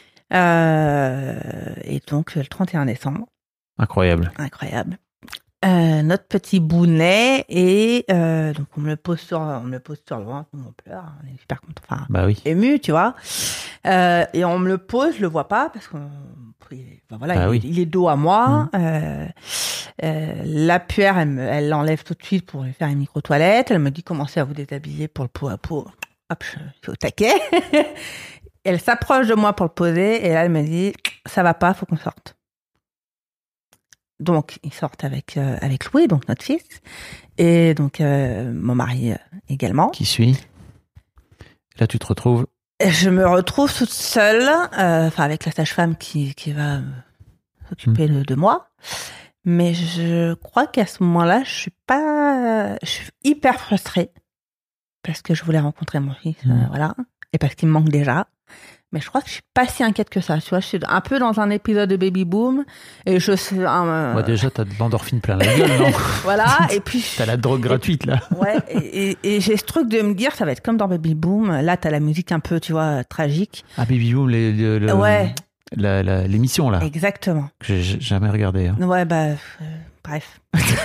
Et donc le 31 décembre. Incroyable. Notre petit bounet et donc on me le pose sur le ventre, on pleure, on est super content, enfin ému, tu vois. Et on me le pose, je le vois pas parce il est dos à moi. La puère, elle l'enlève tout de suite pour lui faire une micro-toilette. Elle me dit commencez à vous déshabiller pour le pot à pot. Hop, je suis au taquet. Elle s'approche de moi pour le poser et là elle me dit ça va pas, faut qu'on sorte. Donc, ils sortent avec Louis, donc notre fils, et donc mon mari également. Qui suit. Là, tu te retrouves. Je me retrouve toute seule, avec la sage-femme qui va s'occuper de moi. Mais je crois qu'à ce moment-là, je suis hyper frustrée parce que je voulais rencontrer mon fils, voilà, et parce qu'il me manque déjà. Mais je crois que je suis pas si inquiète que ça. Tu vois, je suis un peu dans un épisode de Baby Boom et je sais. Déjà, t'as de l'endorphine plein la gueule, non? Voilà. Et puis. T'as la drogue gratuite, là. Ouais. Et j'ai ce truc de me dire, ça va être comme dans Baby Boom. Là, t'as la musique un peu, tu vois, tragique. Ah, Baby Boom, ouais. L'émission, là. Exactement. Que j'ai jamais regardé. Hein. Ouais, bref.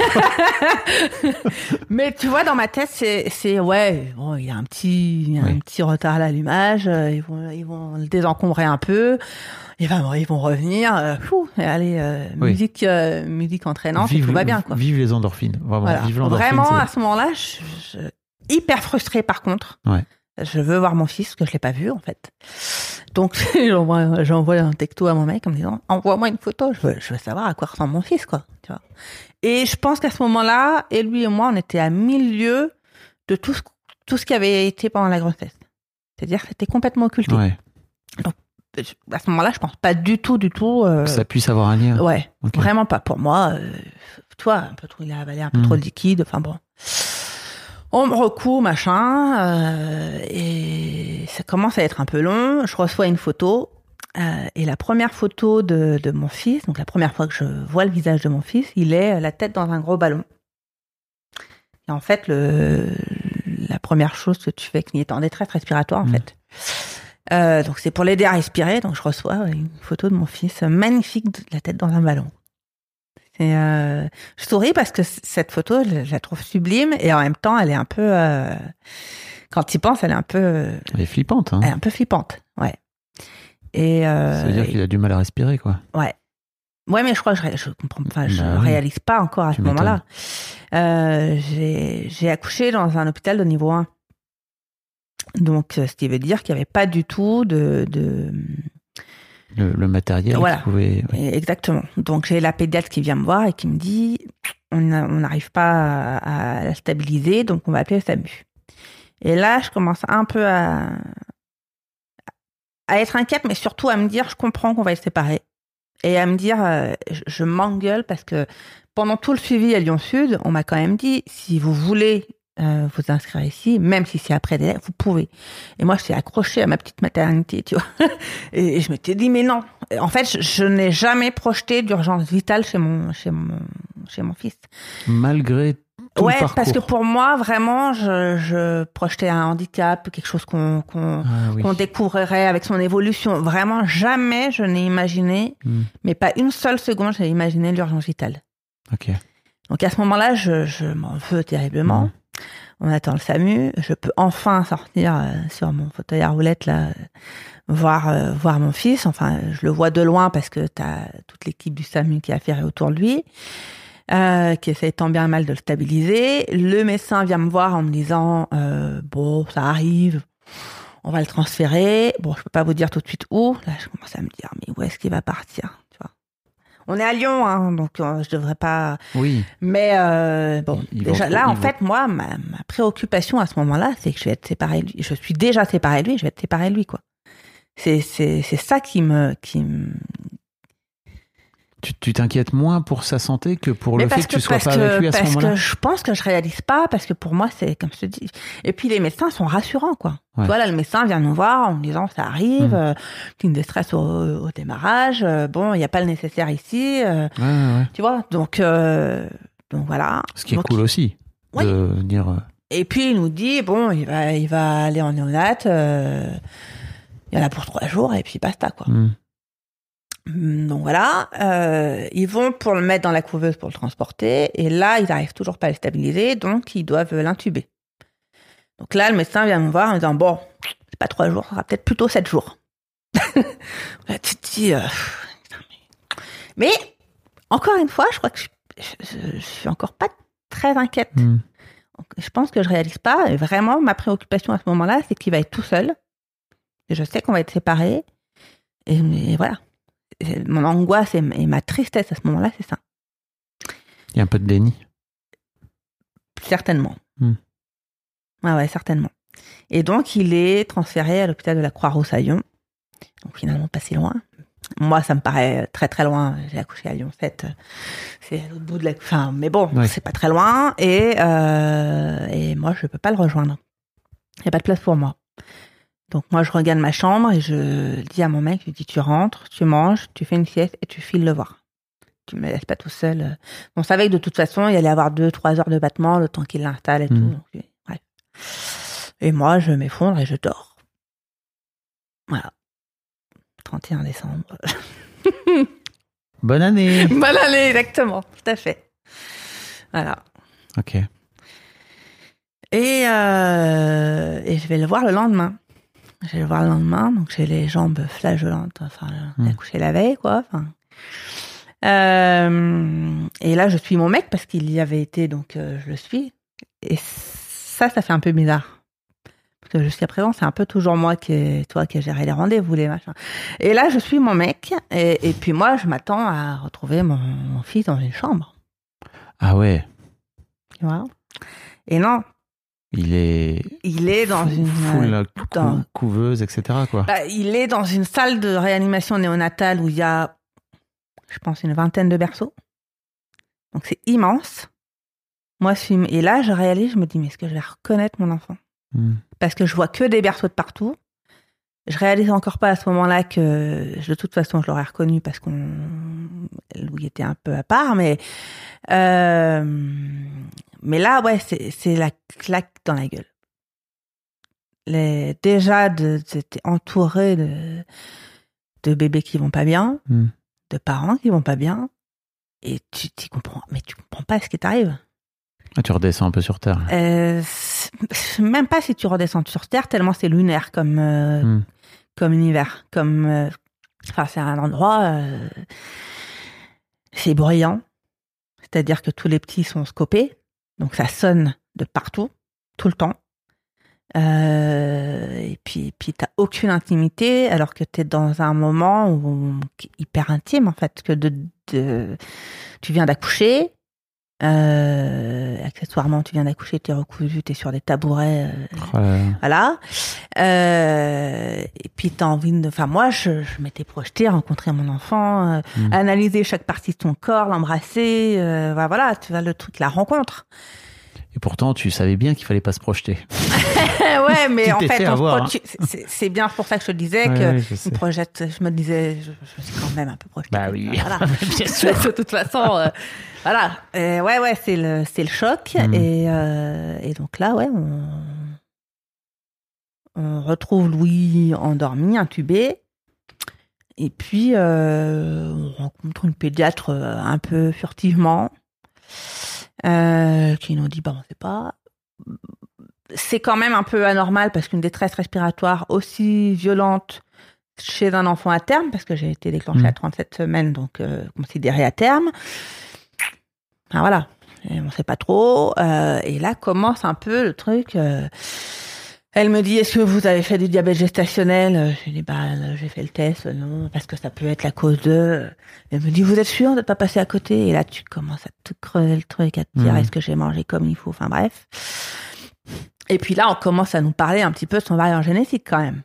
Mais tu vois, dans ma tête, c'est ouais, bon, il y a un petit retard à l'allumage. Ils vont le désencombrer un peu. Ils vont revenir. Musique entraînante. Tout va bien, quoi. Vive les endorphines. Vraiment, voilà. Vive l'endorphine. Vraiment, à ce moment-là, je hyper frustrée. Par contre. Ouais. Je veux voir mon fils, parce que je l'ai pas vu, en fait. Donc, j'envoie un texto à mon mec en me disant, envoie-moi une photo, je veux savoir à quoi ressemble mon fils, quoi. Tu vois. Et je pense qu'à ce moment-là, et lui et moi, on était à 1000 lieues de tout ce qui avait été pendant la grossesse. C'est-à-dire que c'était complètement occulté. Ouais. Donc, à ce moment-là, je pense pas du tout. Que ça puisse avoir un lien. Ouais. Okay. Vraiment pas. Pour moi, tu vois, un peu trop, il a avalé un peu trop de liquide. Enfin bon. On me recoue, machin, et ça commence à être un peu long. Je reçois une photo, et la première photo de mon fils, donc la première fois que je vois le visage de mon fils, il est la tête dans un gros ballon. Et en fait, la première chose que tu fais, qu'il est en détresse respiratoire, en fait. Donc c'est pour l'aider à respirer, donc je reçois une photo de mon fils magnifique, de la tête dans un ballon. Et je souris parce que cette photo, je la trouve sublime et en même temps, elle est un peu. Quand tu y penses, elle est un peu. Elle est flippante, hein. Elle est un peu flippante, ouais. Et ça veut dire qu'il a du mal à respirer, quoi. Ouais. Ouais, mais je crois que je comprends. Enfin, je oui. réalise pas encore à ce moment-là. J'ai accouché dans un hôpital de niveau 1. Donc, ce qui veut dire qu'il n'y avait pas du tout de... Le matériel Voilà. qui pouvait... Oui. Exactement. Donc, j'ai la pédiatre qui vient me voir et qui me dit on n'arrive pas à la stabiliser, donc on va appeler le SAMU. Et là, je commence un peu à être inquiète, mais surtout à me dire je comprends qu'on va être séparés. Et à me dire, je m'engueule parce que pendant tout le suivi à Lyon Sud, on m'a quand même dit, si vous voulez vous inscrire ici, même si c'est après délai, vous pouvez. Et moi, j'étais accrochée à ma petite maternité, tu vois. Et je m'étais dit, mais non. En fait, je n'ai jamais projeté d'urgence vitale chez mon fils. Malgré tout le parcours. Parce que pour moi, vraiment, je projetais un handicap, quelque chose qu'on découvrirait avec son évolution. Vraiment, jamais je n'ai imaginé, mais pas une seule seconde, j'ai imaginé l'urgence vitale. Ok. Donc à ce moment-là, je m'en veux terriblement. On attend le SAMU. Je peux enfin sortir sur mon fauteuil à roulettes, là, voir mon fils. Enfin, je le vois de loin parce que t'as toute l'équipe du SAMU qui est affairée autour de lui. Qui essaie tant bien mal de le stabiliser. Le médecin vient me voir en me disant bon, ça arrive, on va le transférer. Bon, je peux pas vous dire tout de suite où. Là, je commence à me dire mais où est-ce qu'il va partir, tu vois. On est à Lyon, hein, donc je devrais pas. Oui. Mais bon, en fait, moi, ma préoccupation à ce moment-là, c'est que je vais être séparée de lui. Je suis déjà séparée de lui, je vais être séparée de lui, quoi. C'est ça qui me. Tu t'inquiètes moins pour sa santé que pour le fait que tu sois pas avec lui à ce moment-là? Parce que je pense que je réalise pas, parce que pour moi, c'est comme je te dis. Et puis les médecins sont rassurants, quoi. Ouais. Tu vois, là, le médecin vient nous voir en nous disant ça arrive, signe de stress au démarrage, bon, il n'y a pas le nécessaire ici. Ouais. Tu vois, donc voilà. Ce qui est cool aussi, de dire... Et puis il nous dit, bon, il va aller en néonate, il y en a pour 3 jours, et puis basta, quoi. Donc voilà, ils vont pour le mettre dans la couveuse pour le transporter, et là, ils n'arrivent toujours pas à le stabiliser, donc ils doivent l'intuber. Donc là, le médecin vient me voir en me disant, bon, c'est pas 3 jours, ça sera peut-être plutôt 7 jours. Là, tu te dis... Mais, encore une fois, je crois que je suis encore pas très inquiète. Je pense que je réalise pas, et vraiment, ma préoccupation à ce moment-là, c'est qu'il va être tout seul, et je sais qu'on va être séparés, et voilà. Mon angoisse et ma tristesse à ce moment-là, c'est ça. Il y a un peu de déni. Certainement. Ouais, certainement. Et donc, il est transféré à l'hôpital de la Croix-Rousse à Lyon. Donc, finalement, pas si loin. Moi, ça me paraît très, très loin. J'ai accouché à Lyon 7. C'est à l'autre bout de la... Enfin, mais bon, c'est pas très loin. Et moi, je peux pas le rejoindre. Il n'y a pas de place pour moi. Donc moi, je regarde ma chambre et je dis à mon mec, je lui dis, tu rentres, tu manges, tu fais une sieste et tu files le voir. Tu me laisses pas tout seul. On savait que de toute façon, il allait avoir 2-3 heures de battement, le temps qu'il l'installe et tout. Donc, bref. Et moi, je m'effondre et je dors. Voilà. 31 décembre. Bonne année. Bonne année, exactement. Tout à fait. Voilà. Ok. Et je vais le voir le lendemain. Je vais le voir le lendemain, donc j'ai les jambes flageolantes. Enfin, j'ai accouché la veille, quoi. Enfin. Et là, je suis mon mec parce qu'il y avait été, donc je le suis. Et ça fait un peu bizarre. Parce que jusqu'à présent, c'est un peu toujours moi qui ai géré les rendez-vous, les machins. Et là, je suis mon mec. Et puis moi, je m'attends à retrouver mon fils dans une chambre. Ah ouais. Tu vois ? Et non. Il est dans une couveuse, etc., quoi. Bah, il est dans une salle de réanimation néonatale où il y a, je pense, une 20aine de berceaux. Donc c'est immense. Et là, je réalise, je me dis, mais est-ce que je vais reconnaître mon enfant ? Parce que je vois que des berceaux de partout. Je réalise encore pas à ce moment-là que, de toute façon, je l'aurais reconnu parce Louis était un peu à part, mais là, ouais, c'est la claque dans la gueule. Déjà, t'es entouré de bébés qui vont pas bien, de parents qui vont pas bien, et tu comprends, mais tu comprends pas ce qui t'arrive. Ah, tu redescends un peu sur terre. Même pas si tu redescends sur terre, tellement c'est lunaire comme univers, enfin, c'est un endroit. C'est bruyant. C'est-à-dire que tous les petits sont scopés. Donc, ça sonne de partout, tout le temps. Et puis t'as aucune intimité, alors que t'es dans un moment hyper intime, en fait, que tu viens d'accoucher. Accessoirement, tu viens d'accoucher, t'es recousu, t'es sur des tabourets, voilà. Et puis t'as envie de, enfin moi, je m'étais projetée, rencontrer mon enfant, analyser chaque partie de son corps, l'embrasser, voilà, tu vois le truc, la rencontre. Et pourtant, tu savais bien qu'il fallait pas se projeter. Ouais, mais en fait, c'est bien pour ça que je te disais que je projette. Je me disais, je suis quand même un peu projetée. Bah oui, voilà. bien sûr. De toute façon, voilà. Ouais, c'est le choc. Et donc là, ouais, on retrouve Louis endormi, intubé. Et puis, on rencontre une pédiatre un peu furtivement. Qui nous dit, on sait pas. C'est quand même un peu anormal parce qu'une détresse respiratoire aussi violente chez un enfant à terme, parce que j'ai été déclenchée à 37 semaines, donc considérée à terme. Enfin, voilà, et on sait pas trop. Et là commence un peu le truc. Elle me dit, est-ce que vous avez fait du diabète gestationnel? Je lui dis, j'ai fait le test, non, parce que ça peut être la cause de... Elle me dit, vous êtes sûr de ne pas passer à côté? Et là, tu commences à te creuser le truc, à te dire, est-ce que j'ai mangé comme il faut? Enfin, bref. Et puis là, on commence à nous parler un petit peu de son variant génétique, quand même.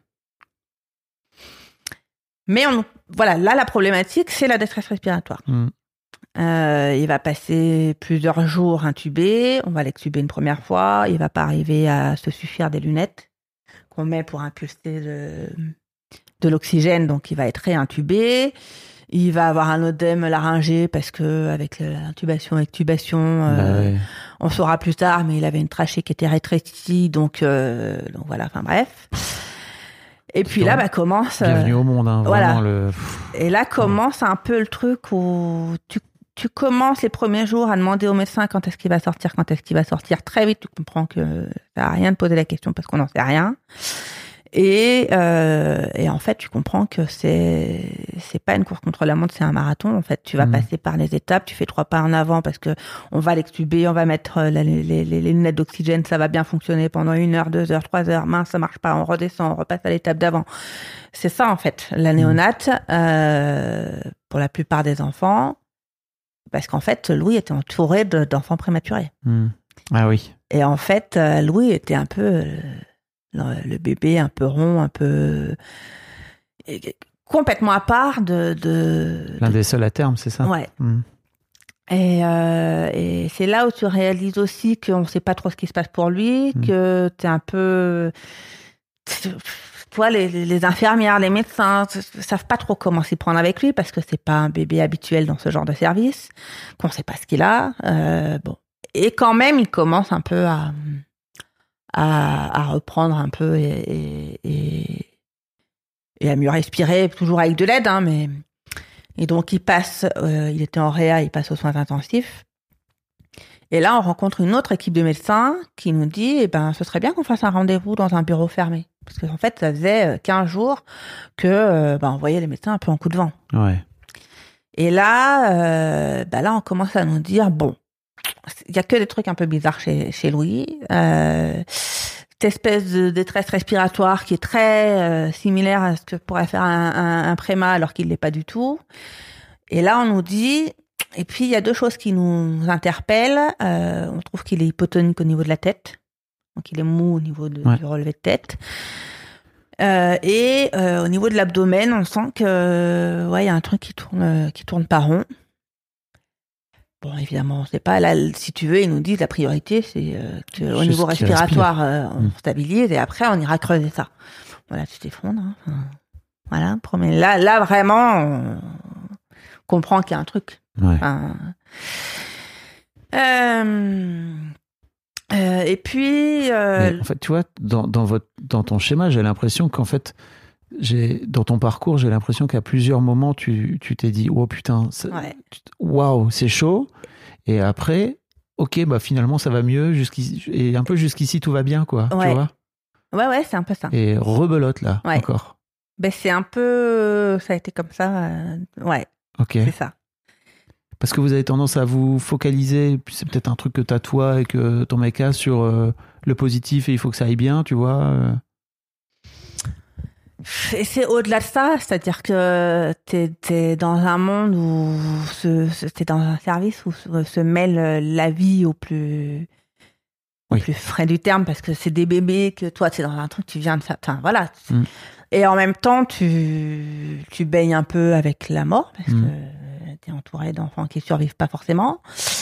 Mais voilà, là, la problématique, c'est la détresse respiratoire. Il va passer plusieurs jours intubé, on va l'extuber une première fois, il va pas arriver à se suffire des lunettes qu'on met pour impulser de l'oxygène, donc il va être réintubé. Il va avoir un œdème laryngé parce que avec l'intubation, extubation, on saura plus tard, mais il avait une trachée qui était rétrécie, donc voilà, enfin bref. Et puis là, commence... Bienvenue au monde, hein, voilà. Vraiment Et là commence un peu le truc où tu commences les premiers jours à demander au médecin quand est-ce qu'il va sortir. Très vite, tu comprends que ça sert à rien de poser la question parce qu'on n'en sait rien. Et en fait, tu comprends que c'est pas une course contre la montre, c'est un marathon. En fait, tu vas passer par les étapes, tu fais 3 pas en avant parce que on va l'extuber, on va mettre les lunettes d'oxygène, ça va bien fonctionner pendant 1 heure, 2 heures, 3 heures. Mince, ça marche pas, on redescend, on repasse à l'étape d'avant. C'est ça, en fait, la néonate, pour la plupart des enfants. Parce qu'en fait, Louis était entouré d'enfants prématurés. Ah oui. Et en fait, Louis était un peu le bébé un peu rond, un peu complètement à part L'un des seuls à terme, c'est ça? Ouais. Et c'est là où tu réalises aussi qu'on ne sait pas trop ce qui se passe pour lui, que t'es un peu... Toi, les infirmières, les médecins ne savent pas trop comment s'y prendre avec lui parce que c'est pas un bébé habituel dans ce genre de service, qu'on ne sait pas ce qu'il a. Et quand même, il commence un peu à reprendre un peu et à mieux respirer, toujours avec de l'aide, hein, mais... Et donc, il était en réa, il passe aux soins intensifs. Et là, on rencontre une autre équipe de médecins qui nous dit, ce serait bien qu'on fasse un rendez-vous dans un bureau fermé. Parce qu'en fait, ça faisait 15 jours que, on voyait les médecins un peu en coup de vent. Ouais. Et là, on commence à nous dire, il y a que des trucs un peu bizarres chez Louis. Cette espèce de détresse respiratoire qui est très similaire à ce que pourrait faire un préma alors qu'il l'est pas du tout. Et là, on nous dit... Et puis, il y a 2 choses qui nous interpellent. On trouve qu'il est hypotonique au niveau de la tête. Donc, il est mou au niveau du relevé de tête. Et au niveau de l'abdomen, on sent que il y a un truc qui tourne pas rond. Bon, évidemment, on sait pas. Là, si tu veux, ils nous disent la priorité, c'est qu'au niveau respiratoire, on stabilise et après, on ira creuser ça. Voilà, tu t'effondres. Hein. Voilà, premier. Là, vraiment, on comprend qu'il y a un truc. Ouais. Et puis... Mais en fait, tu vois, dans ton schéma, j'ai l'impression qu'en fait, dans ton parcours, j'ai l'impression qu'à plusieurs moments, tu t'es dit, oh putain, waouh, c'est chaud. Et après, ok, finalement, ça va mieux. Et un peu jusqu'ici, tout va bien, quoi. Ouais. Tu vois? Ouais, c'est un peu ça. Et rebelote, là, encore. C'est un peu... Ça a été comme ça. Ouais. Ok. C'est ça. Parce que vous avez tendance à vous focaliser, puis c'est peut-être un truc que t'as toi et que ton mec a sur le positif et il faut que ça aille bien, tu vois. Et c'est au-delà de ça, c'est-à-dire que t'es dans un monde où t'es dans un service où se mêle la vie au plus frais du terme, parce que c'est des bébés, que toi t'es dans un truc, tu viens de ça, enfin voilà. Et en même temps, tu baignes un peu avec la mort, parce que t'es entouré d'enfants qui survivent pas forcément,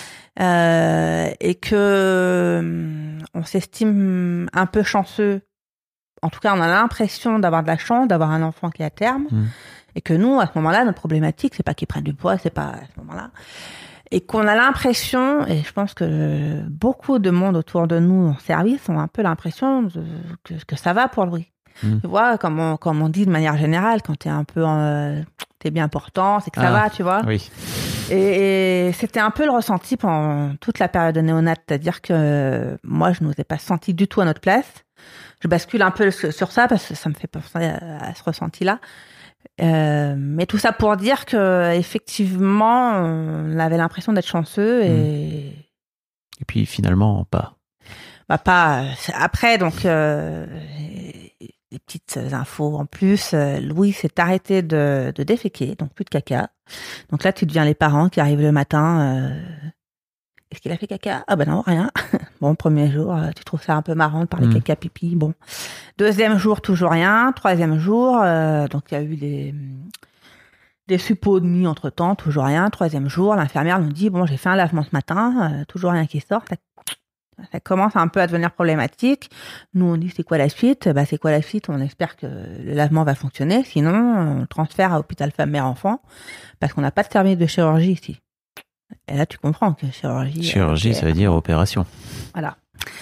et que on s'estime un peu chanceux. En tout cas, on a l'impression d'avoir de la chance, d'avoir un enfant qui est à terme. Et que nous, à ce moment-là, notre problématique, c'est pas qu'il prenne du poids, c'est pas à ce moment-là. Et qu'on a l'impression, et je pense que beaucoup de monde autour de nous en service ont un peu l'impression que ça va pour lui. Tu vois, comme on dit de manière générale, quand t'es un peu, t'es bien portant, c'est que ça va, tu vois. Oui. Et c'était un peu le ressenti pendant toute la période de néonat, c'est-à-dire que moi, je ne nous ai pas senti du tout à notre place. Je bascule un peu sur ça parce que ça me fait penser à ce ressenti-là. Mais tout ça pour dire que effectivement, on avait l'impression d'être chanceux et puis finalement pas. Bah pas après donc des petites infos en plus. Louis s'est arrêté de déféquer, donc plus de caca. Donc là, tu deviens les parents qui arrivent le matin. Est-ce qu'il a fait caca? Ah ben non, rien. Bon, premier jour, tu trouves ça un peu marrant de parler caca pipi. Bon. Deuxième jour, toujours rien. Troisième jour, donc il y a eu des suppos de nuit entre-temps, toujours rien. Troisième jour, l'infirmière nous dit, bon, j'ai fait un lavement ce matin, toujours rien qui sort. Ça commence un peu à devenir problématique. Nous, on dit, c'est quoi la suite? Bah, c'est quoi la suite? On espère que le lavement va fonctionner. Sinon, on transfère à l'hôpital femme-mère-enfant parce qu'on n'a pas de service de chirurgie ici. Et là, tu comprends que chirurgie... Chirurgie, ça veut dire opération. Voilà.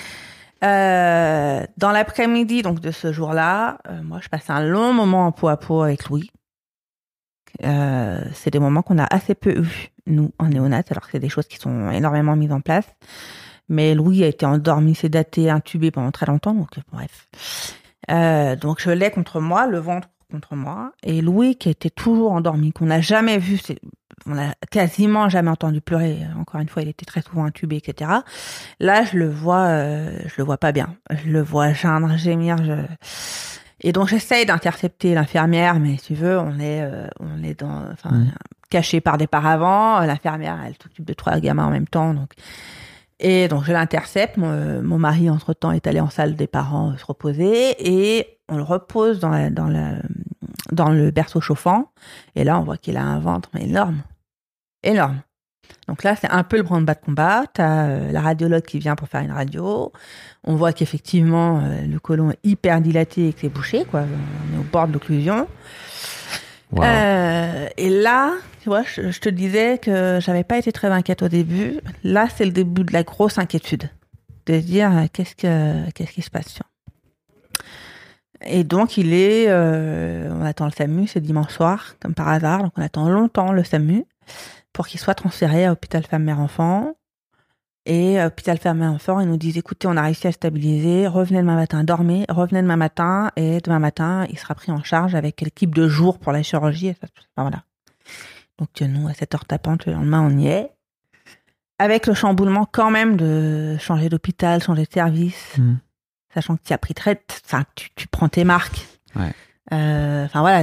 Dans l'après-midi donc de ce jour-là, moi, je passe un long moment en peau à peau avec Louis. C'est des moments qu'on a assez peu eus, nous, en néonat, alors que c'est des choses qui sont énormément mises en place. Mais Louis a été endormi, sédaté, intubé pendant très longtemps, donc bref. Donc je l'ai contre moi, le ventre contre moi. Et Louis, qui était toujours endormi, qu'on n'a jamais vu, on l'a quasiment jamais entendu pleurer. Encore une fois, il était très souvent intubé, etc. Là, je le vois pas bien. Je le vois geindre, gémir. Et donc, j'essaye d'intercepter l'infirmière, mais si tu veux, on est caché par des paravents. L'infirmière, elle s'occupe de 3 gamins en même temps, donc. Et donc, je l'intercepte. Mon mari, entre-temps, est allé en salle des parents se reposer et on le repose dans le berceau chauffant. Et là, on voit qu'il a un ventre énorme. Énorme. Donc là, c'est un peu le branle-bas de combat. T'as la radiologue qui vient pour faire une radio. On voit qu'effectivement, le côlon est hyper dilaté et que c'est bouché, quoi. On est au bord de l'occlusion. Wow. Et là, tu vois, je te disais que j'avais pas été très inquiète au début. Là, c'est le début de la grosse inquiétude. De se dire, qu'est-ce qui se passe? Et donc, on attend le SAMU, c'est dimanche soir, comme par hasard. Donc, on attend longtemps le SAMU pour qu'il soit transféré à l'hôpital femme-mère-enfant. Et hôpital femme-mère-enfant, ils nous disent, écoutez, on a réussi à stabiliser, revenez demain matin, dormez, revenez demain matin, et demain matin, il sera pris en charge avec l'équipe de jour pour la chirurgie. Et ça, voilà. Donc, nous, à 7h tapante, le lendemain, on y est. Avec le chamboulement quand même de changer d'hôpital, changer de service, sachant que tu as pris tu prends tes marques. Ouais. Voilà,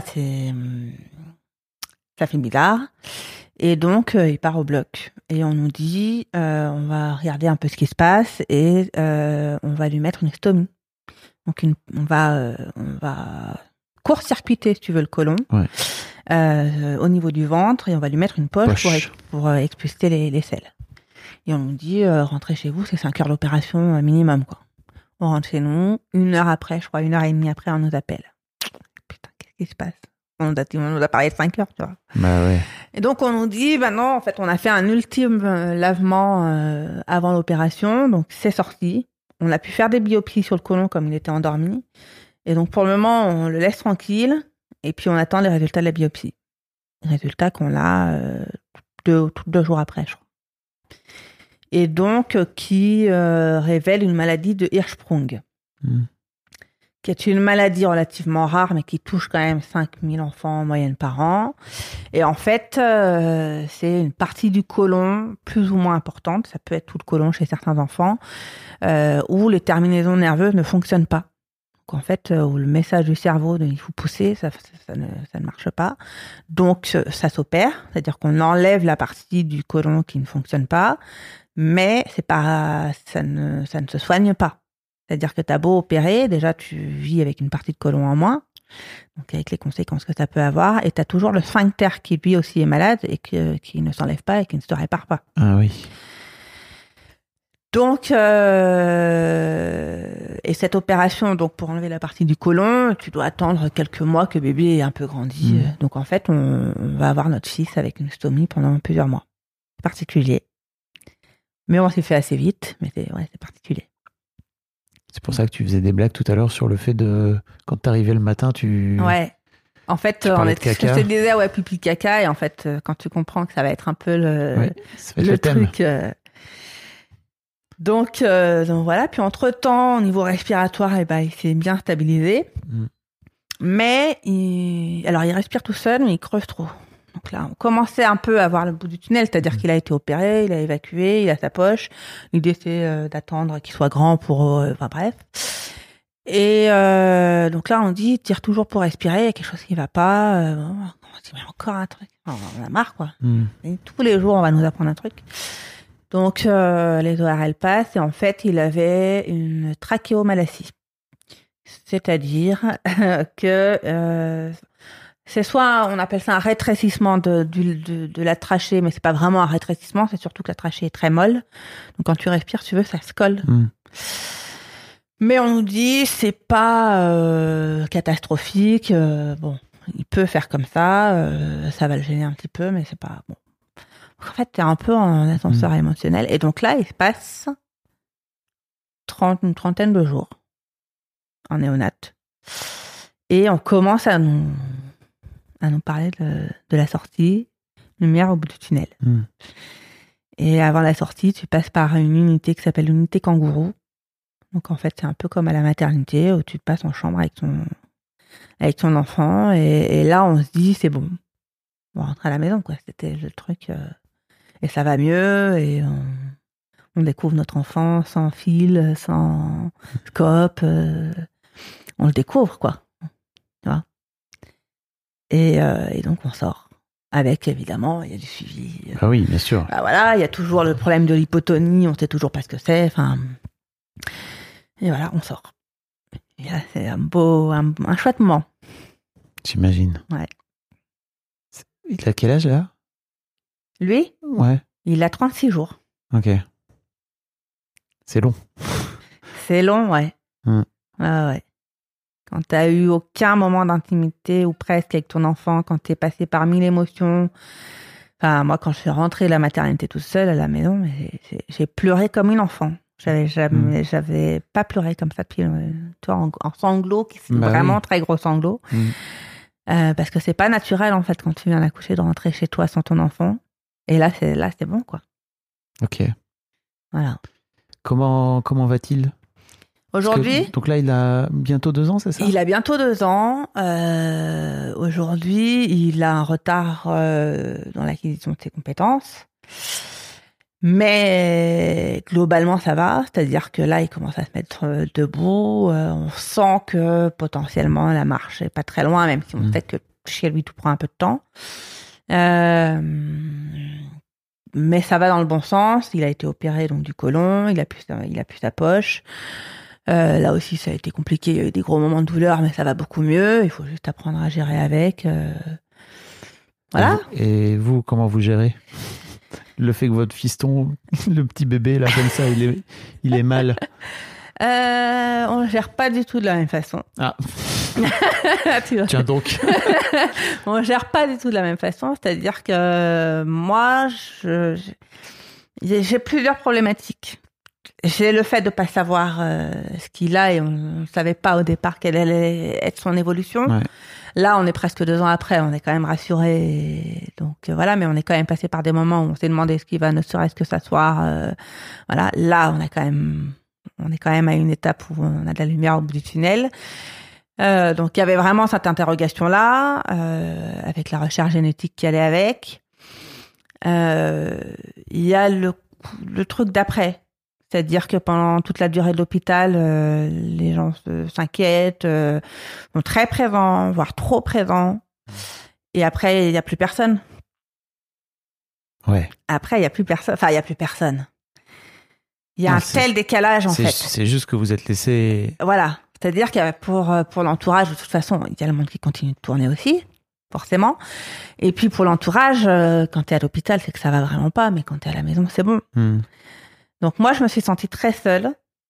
ça fait bizarre. Et donc, il part au bloc. Et on nous dit, on va regarder un peu ce qui se passe et on va lui mettre une stomie. Donc, on va court-circuiter, si tu veux, le côlon au niveau du ventre et on va lui mettre une poche. pour expulser les selles. Et on nous dit, rentrez chez vous, c'est 5 heures d'opération minimum, quoi. On rentre chez nous, 1 heure après, je crois, 1h30 après, on nous appelle. Putain, qu'est-ce qui se passe? On nous a parlé de 5 heures, tu vois. Bah ouais. Et donc, on nous dit, non, en fait, on a fait un ultime lavement avant l'opération, donc c'est sorti. On a pu faire des biopsies sur le côlon comme il était endormi. Et donc, pour le moment, on le laisse tranquille, et puis on attend les résultats de la biopsie. Résultats qu'on a 2 jours après, je crois. Et donc, qui révèle une maladie de Hirschsprung. qui est une maladie relativement rare, mais qui touche quand même 5000 enfants en moyenne par an. Et en fait, c'est une partie du côlon plus ou moins importante, ça peut être tout le côlon chez certains enfants, où les terminaisons nerveuses ne fonctionnent pas. Donc en fait, où le message du cerveau de il faut pousser, ça ne marche pas. Donc ça s'opère, c'est-à-dire qu'on enlève la partie du côlon qui ne fonctionne pas, mais ça ne se soigne pas. C'est-à-dire que t'as beau opérer, déjà tu vis avec une partie de côlon en moins, donc avec les conséquences que ça peut avoir, et t'as toujours le sphincter qui lui aussi est malade et qui ne s'enlève pas et qui ne se répare pas. Ah oui. Donc, et cette opération, donc pour enlever la partie du côlon, tu dois attendre quelques mois que bébé ait un peu grandi. Donc en fait, on va avoir notre fils avec une stomie pendant plusieurs mois. C'est particulier. Mais on s'est fait assez vite, mais c'est particulier. C'est pour ça que tu faisais des blagues tout à l'heure sur le fait de... Quand t'arrivais le matin, Ouais. En fait, on te disait, pipi, caca, et en fait, quand tu comprends que ça va être un peu le truc... Donc voilà. Puis entre-temps, au niveau respiratoire, il s'est bien stabilisé. Mais il respire tout seul, mais il creuse trop. Donc là, on commençait un peu à voir le bout du tunnel, c'est-à-dire qu'il a été opéré, il a évacué, il a sa poche. L'idée, c'est d'attendre qu'il soit grand pour... bref. Et donc là, on dit, tire toujours pour respirer, il y a quelque chose qui va pas. On dit, mais encore un truc. On a marre, quoi. Et tous les jours, on va nous apprendre un truc. Donc, les ORL passent, et en fait, il avait une trachéomalacie. C'est-à-dire que... c'est soit, on appelle ça un rétrécissement de la trachée, mais c'est pas vraiment un rétrécissement, c'est surtout que la trachée est très molle. Donc quand tu respires, si tu veux, ça se colle. Mais on nous dit, c'est pas catastrophique. Bon, il peut faire comme ça va le gêner un petit peu, mais c'est pas bon. En fait, t'es un peu en ascenseur émotionnel. Et donc là, il se passe une trentaine de jours en néonate. Et on commence à nous parler de la sortie, lumière au bout du tunnel. Et avant la sortie, tu passes par une unité qui s'appelle l'unité kangourou. Donc en fait, c'est un peu comme à la maternité, où tu te passes en chambre avec ton enfant. Et là, on se dit, c'est bon. On rentre à la maison, quoi. C'était le truc. Et ça va mieux. Et on découvre notre enfant sans fil, sans scope. On le découvre, quoi. Tu vois. Et donc on sort avec, évidemment, il y a du suivi. Ah oui, bien sûr. Voilà, il y a toujours le problème de l'hypotonie, on sait toujours pas ce que c'est. Enfin, et voilà, on sort. Et là, c'est un chouette moment. J'imagine. Ouais. Il a quel âge là ? Lui ? Ouais. Il a 36 jours. Ok. C'est long. C'est long, ouais. Ouais. Quand t'as eu aucun moment d'intimité, ou presque, avec ton enfant, quand t'es passé par 1000 émotions. Enfin, moi, quand je suis rentrée de la maternité toute seule à la maison, j'ai pleuré comme une enfant. J'avais pas pleuré comme ça depuis, toi, en sanglots, qui sont vraiment très gros sanglots. Parce que c'est pas naturel, en fait, quand tu viens d'accoucher, de rentrer chez toi sans ton enfant. Et là, c'est bon, quoi. Ok. Voilà. Comment va-t-il ? Aujourd'hui, donc là, il a bientôt 2 ans, c'est ça ? Il a bientôt 2 ans. Aujourd'hui, il a un retard dans l'acquisition de ses compétences. Mais globalement, ça va. C'est-à-dire que là, il commence à se mettre debout. On sent que potentiellement, la marche est pas très loin, même si on sait que chez lui, tout prend un peu de temps. Mais ça va dans le bon sens. Il a été opéré donc du côlon. Il a plus sa poche. Là aussi, ça a été compliqué. Il y a eu des gros moments de douleur, mais ça va beaucoup mieux. Il faut juste apprendre à gérer avec. Voilà. Et vous, comment vous gérez le fait que votre fiston, le petit bébé, là, comme ça, il est mal? On ne gère pas du tout de la même façon. Ah. Tiens donc. On ne gère pas du tout de la même façon. C'est-à-dire que moi, j'ai plusieurs problématiques. J'ai le fait de pas savoir ce qu'il a, et on ne savait pas au départ quelle allait être son évolution. Ouais. Là, on est presque 2 ans après, on est quand même rassurés. Donc voilà, mais on est quand même passé par des moments où on s'est demandé ce qu'il va, ne serait-ce que s'asseoir. Voilà, là, on a quand même on est quand même à une étape où on a de la lumière au bout du tunnel. Donc il y avait vraiment cette interrogation-là, avec la recherche génétique qui allait avec. Il y a le truc d'après. C'est-à-dire que pendant toute la durée de l'hôpital, les gens s'inquiètent, sont très présents, voire trop présents. Et après, il n'y a plus personne. Ouais. Après, il n'y a plus personne. Enfin, il n'y a plus personne. Il y a tel décalage, en fait. C'est juste que vous êtes laissé... Voilà. C'est-à-dire que pour l'entourage, de toute façon, il y a le monde qui continue de tourner aussi, forcément. Et puis, pour l'entourage, quand tu es à l'hôpital, c'est que ça va vraiment pas. Mais quand tu es à la maison, c'est bon. Donc, moi, je me suis sentie très seule.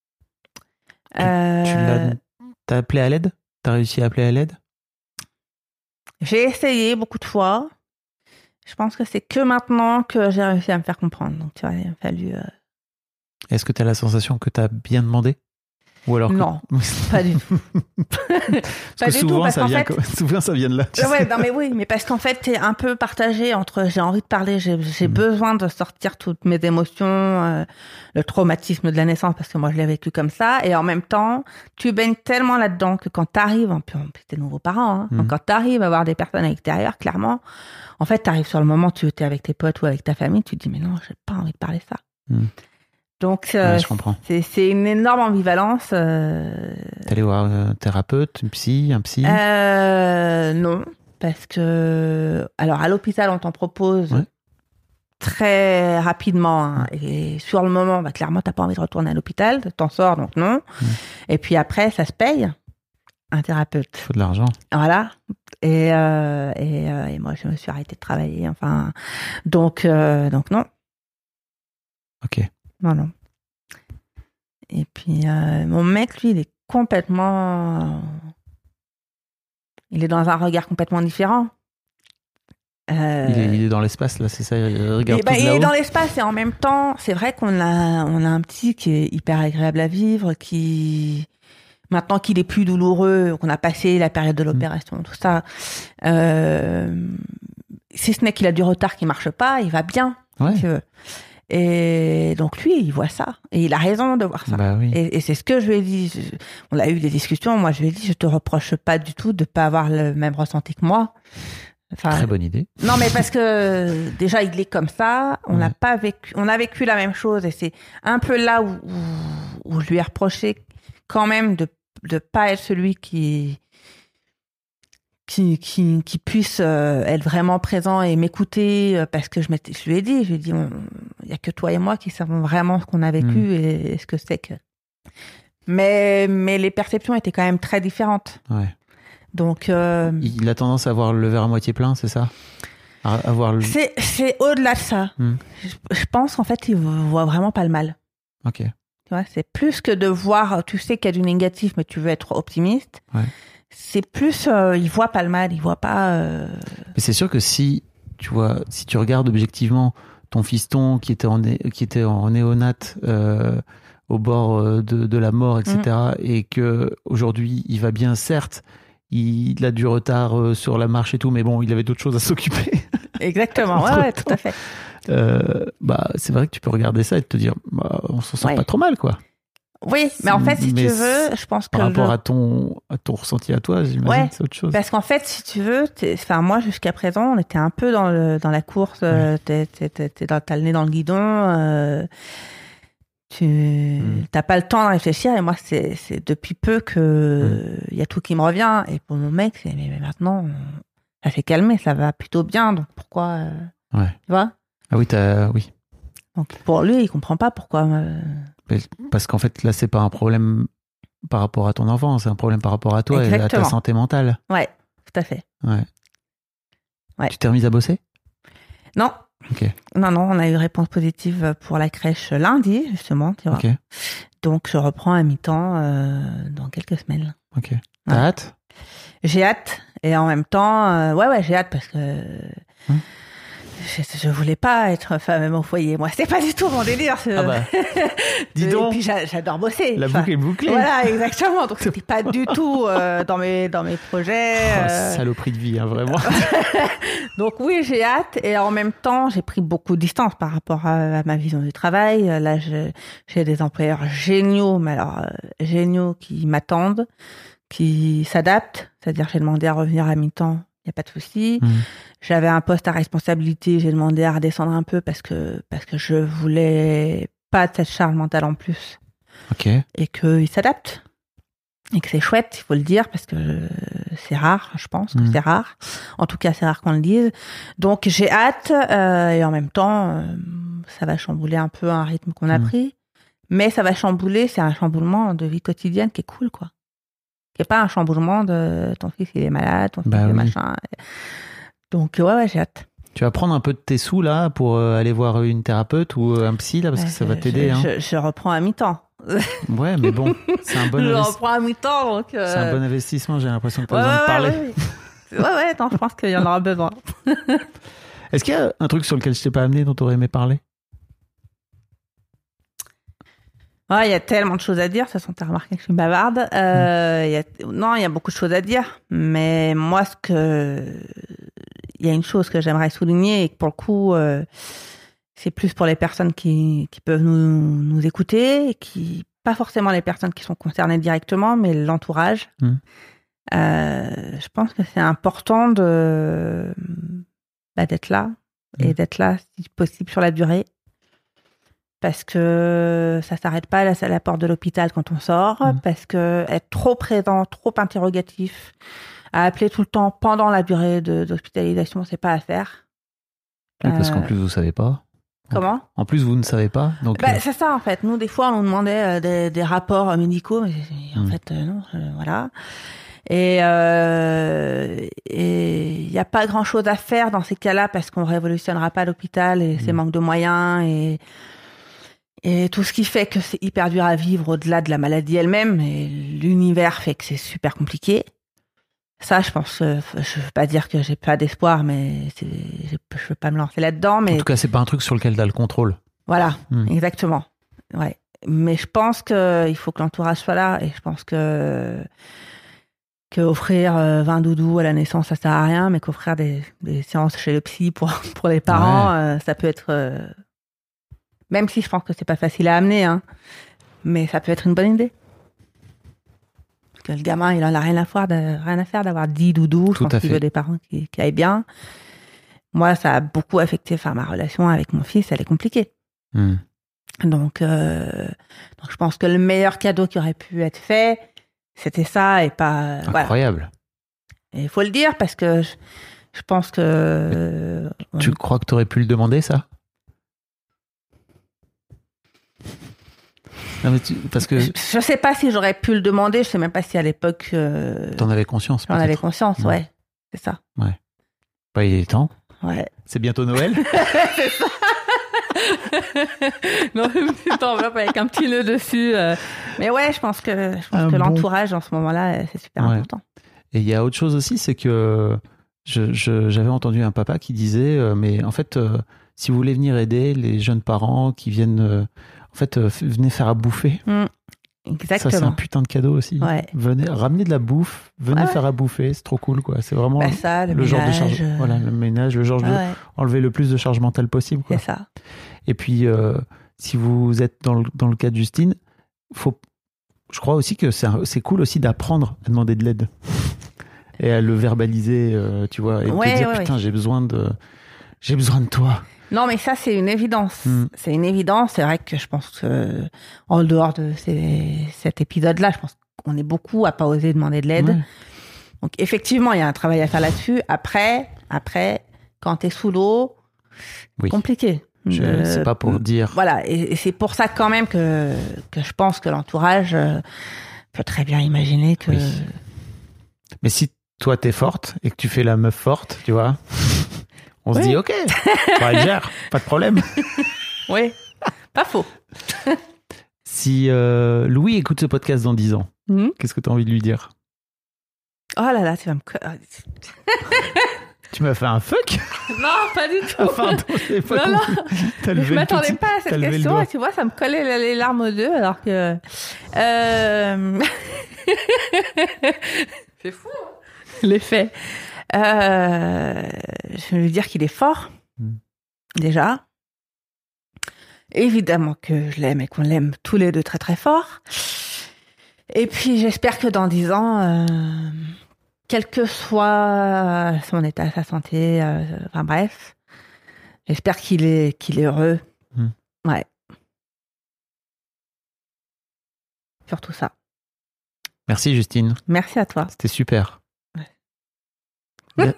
T'as appelé à l'aide ? T'as réussi à appeler à l'aide ? J'ai essayé beaucoup de fois. Je pense que c'est que maintenant que j'ai réussi à me faire comprendre. Donc, tu vois, il a fallu... Est-ce que tu as la sensation que tu as bien demandé ? Ou alors non, pas du tout. Pas du tout, parce qu'en fait... Souvent, ça vient de là. Ouais, non, mais oui, mais parce qu'en fait, t'es un peu partagé entre j'ai envie de parler, j'ai besoin de sortir toutes mes émotions, le traumatisme de la naissance, parce que moi, je l'ai vécu comme ça, et en même temps, tu baignes tellement là-dedans que quand t'arrives, en plus, t'es nouveaux parents, hein, quand t'arrives à voir des personnes à l'extérieur, clairement, en fait, t'arrives sur le moment, tu étais avec tes potes ou avec ta famille, tu te dis, mais non, j'ai pas envie de parler ça. Donc, je comprends. C'est une énorme ambivalence. T'es allé voir un thérapeute, un psy Non, parce que... Alors, à l'hôpital, on t'en propose très rapidement. Hein, et sur le moment, clairement, t'as pas envie de retourner à l'hôpital. T'en sors, donc non. Et puis après, ça se paye. Un thérapeute. Il faut de l'argent. Voilà. Et moi, je me suis arrêtée de travailler. Enfin, donc non. Ok. Non. Et puis, mon mec, lui, il est complètement... Il est dans un regard complètement différent. Il est dans l'espace, là, c'est ça? Il regarde tout de il là-haut. est dans l'espace et en même temps, c'est vrai qu'on a un petit qui est hyper agréable à vivre, qui... Maintenant qu'il est plus douloureux, qu'on a passé la période de l'opération, tout ça, si ce n'est qu'il a du retard qui marche pas, il va bien. Ouais. Si tu veux. Et donc lui, il voit ça. Et il a raison de voir ça. Bah oui. Et c'est ce que je lui ai dit. On a eu des discussions. Moi, je lui ai dit, je te reproche pas du tout de pas avoir le même ressenti que moi. Enfin, très bonne idée. Non, mais parce que déjà, il est comme ça. On n'a pas vécu, on a vécu la même chose. Et c'est un peu là où je lui ai reproché quand même de pas être celui qui puisse être vraiment présent et m'écouter, parce que je lui ai dit, il y a que toi et moi qui savons vraiment ce qu'on a vécu et ce que c'est que. Mais les perceptions étaient quand même très différentes. Ouais. Donc. Il a tendance à voir le verre à moitié plein, c'est ça? C'est au-delà de ça. Je pense qu'en fait, il voit vraiment pas le mal. Ok. Tu vois, c'est plus que de voir, tu sais qu'il y a du négatif, mais tu veux être optimiste. Ouais. C'est plus, il voit pas le mal, il voit pas. Mais c'est sûr que si tu regardes objectivement ton fiston qui était en néonate au bord de la mort, etc., et que aujourd'hui il va bien, certes, il a du retard sur la marche et tout, mais bon, il avait d'autres choses à s'occuper. Exactement, ouais, tout à fait. C'est vrai que tu peux regarder ça et te dire, on s'en sort pas trop mal, quoi. Oui, mais en fait, si tu veux, je pense que... Par rapport à ton ressenti à toi, j'imagine que c'est autre chose. Parce qu'en fait, si tu veux, moi, jusqu'à présent, on était un peu dans la course, t'as le nez dans le guidon, t'as pas le temps de réfléchir, et moi, c'est depuis peu que y a tout qui me revient, et pour mon mec, c'est, mais maintenant, ça s'est calmé, ça va plutôt bien, donc pourquoi... Tu vois ? Ah oui, oui. Donc pour lui, il comprend pas pourquoi... Parce qu'en fait, là, c'est pas un problème par rapport à ton enfant, c'est un problème par rapport à toi. Exactement. Et à ta santé mentale. Ouais, tout à fait. Ouais. Tu t'es remise à bosser? Non. Ok. Non, on a eu réponse positive pour la crèche lundi, justement, tu vois. Okay. Donc, je reprends à mi-temps dans quelques semaines. Ok. T'as hâte? J'ai hâte. Et en même temps, j'ai hâte parce que je voulais pas être femme au foyer. Moi, c'était pas du tout mon délire. Dis donc. Et puis j'adore bosser. La boucle est bouclée. Voilà, exactement. Donc c'était pas du tout dans mes projets. Saloperie de vie, hein, vraiment. Donc oui, j'ai hâte. Et en même temps, j'ai pris beaucoup de distance par rapport à ma vision du travail. Là, j'ai des employeurs géniaux, mais alors géniaux qui m'attendent, qui s'adaptent. C'est-à-dire, j'ai demandé à revenir à mi-temps. Il n'y a pas de souci. J'avais un poste à responsabilité. J'ai demandé à redescendre un peu parce que je voulais pas de cette charge mentale en plus. Ok. Et qu'ils s'adaptent. Et que c'est chouette, il faut le dire, parce que c'est rare, je pense que c'est rare. En tout cas, c'est rare qu'on le dise. Donc, j'ai hâte. Et en même temps, ça va chambouler un peu un rythme qu'on a pris. Mais ça va chambouler, c'est un chamboulement de vie quotidienne qui est cool, quoi. Qui n'est pas un chamboulement de ton fils, il est malade, ton fils, il est machin. Donc, ouais, j'ai hâte. Tu vas prendre un peu de tes sous, là, pour aller voir une thérapeute ou un psy, là, parce que ça va t'aider. Je reprends à mi-temps. Ouais, mais bon, c'est un bon Je reprends à mi-temps, donc... C'est un bon investissement, j'ai l'impression que tu as besoin de parler. Ouais, non, je pense qu'il y en aura besoin. Est-ce qu'il y a un truc sur lequel je t'ai pas amené, dont tu aurais aimé parler? Ouais, il y a tellement de choses à dire. De toute façon, tu as remarqué que je suis bavarde. Il y a beaucoup de choses à dire. Mais moi, il y a une chose que j'aimerais souligner et que pour le coup, c'est plus pour les personnes qui peuvent nous écouter, et pas forcément les personnes qui sont concernées directement, mais l'entourage. Je pense que c'est important d'être là et d'être là, si possible, sur la durée. Parce que ça s'arrête pas à la porte de l'hôpital quand on sort, parce que être trop présent, trop interrogatif, à appeler tout le temps pendant la durée d'hospitalisation, c'est pas à faire. Oui, parce qu'en plus, vous savez pas. Comment ? En plus, vous ne savez pas. Donc, c'est ça, en fait. Nous, des fois, on nous demandait des rapports médicaux, mais en fait, non, voilà. Et il n'y a pas grand-chose à faire dans ces cas-là, parce qu'on révolutionnera pas l'hôpital et ses manques de moyens et tout ce qui fait que c'est hyper dur à vivre au-delà de la maladie elle-même, et l'univers fait que c'est super compliqué. Ça, je pense, je veux pas dire que j'ai pas d'espoir, mais je veux pas me lancer là-dedans. Mais en tout cas, c'est pas un truc sur lequel tu as le contrôle. Voilà, exactement. Ouais. Mais je pense qu'il faut que l'entourage soit là, et je pense que offrir 20 doudous à la naissance, ça sert à rien, mais qu'offrir des séances chez le psy pour les parents, ça peut être... même si je pense que c'est pas facile à amener, hein, mais ça peut être une bonne idée. Parce que le gamin, il en a rien à faire d'avoir 10 doudous. Je pense qu'il veut des parents qui aillent bien. Moi, ça a beaucoup affecté ma relation avec mon fils, elle est compliquée. Donc, je pense que le meilleur cadeau qui aurait pu être fait, c'était ça, et pas... Incroyable. Et il faut le dire, parce que je pense que... Tu crois que tu aurais pu le demander, ça ? Non, mais parce que... Je sais pas si j'aurais pu le demander, je sais même pas si à l'époque... T'en avais conscience, peut-être. J'en avais conscience, ouais. C'est ça. Ouais. Bah, il est temps. Ouais. C'est bientôt Noël. C'est ça. Non, une petite enveloppe avec un petit nœud dessus. Mais ouais, je pense que l'entourage, en ce moment-là, c'est super important. Et il y a autre chose aussi, c'est que j'avais entendu un papa qui disait, mais en fait, si vous voulez venir aider les jeunes parents qui viennent... venez faire à bouffer. Exactement. Ça, c'est un putain de cadeau aussi. Ouais. Venez ramener de la bouffe, venez faire à bouffer, c'est trop cool, quoi. C'est vraiment le genre de charge. Voilà, le ménage, le genre de enlever le plus de charge mentale possible, quoi. C'est ça. Et puis, si vous êtes dans le cas de Justine, je crois aussi que c'est cool aussi d'apprendre à demander de l'aide et à le verbaliser, tu vois, et te dire putain, j'ai besoin de toi. Non, mais ça, c'est une évidence. C'est une évidence. C'est vrai que je pense que, en dehors de cet épisode-là, je pense qu'on est beaucoup à pas oser demander de l'aide. Ouais. Donc, effectivement, il y a un travail à faire là-dessus. Après, quand t'es sous l'eau, compliqué. C'est pas pour dire. Voilà. Et c'est pour ça, quand même, que je pense que l'entourage peut très bien imaginer que... Oui. Mais si toi, t'es forte et que tu fais la meuf forte, tu vois... On se dit, ok, elle gère, pas de problème. Oui, pas faux. Si Louis écoute ce podcast dans 10 ans, qu'est-ce que tu as envie de lui dire ? Oh là là, tu vas me... Tu m'as fait un fuck? Non, pas du tout. Enfin, j'ai pas Non, compris. T'as levé je le m'attendais petit- pas à t'as cette levé le question. doigt. Et tu vois, ça me collait les larmes aux yeux, alors que. C'est fou. L'effet. Je vais lui dire qu'il est fort. Déjà. Évidemment que je l'aime et qu'on l'aime tous les deux très très fort. Et puis j'espère que dans 10 ans, quel que soit son état, sa santé, enfin bref, j'espère qu'il est heureux. Ouais. Surtout ça. Merci Justine, Merci à toi. c'était super. Ouais.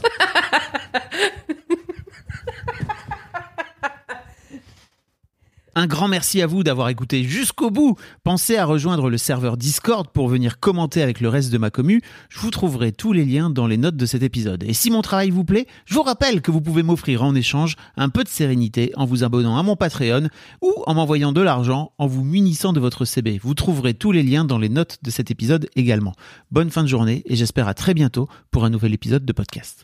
Un grand merci à vous d'avoir écouté jusqu'au bout. Pensez à rejoindre le serveur Discord pour venir commenter avec le reste de ma commu. Je vous trouverai tous les liens dans les notes de cet épisode. Et si mon travail vous plaît, je vous rappelle que vous pouvez m'offrir en échange un peu de sérénité en vous abonnant à mon Patreon ou en m'envoyant de l'argent en vous munissant de votre CB. Vous trouverez tous les liens dans les notes de cet épisode également. Bonne fin de journée et j'espère à très bientôt pour un nouvel épisode de podcast.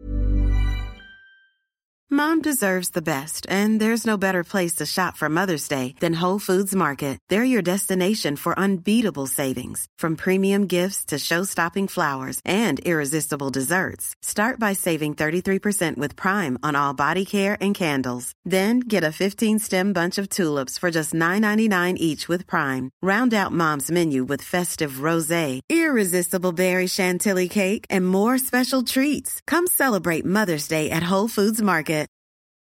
Mom deserves the best, and there's no better place to shop for Mother's Day than Whole Foods Market. They're your destination for unbeatable savings, from premium gifts to show-stopping flowers and irresistible desserts. Start by saving 33% with Prime on all body care and candles. Then get a 15-stem bunch of tulips for just $9.99 each with Prime. Round out Mom's menu with festive rosé, irresistible berry chantilly cake, and more special treats. Come celebrate Mother's Day at Whole Foods Market.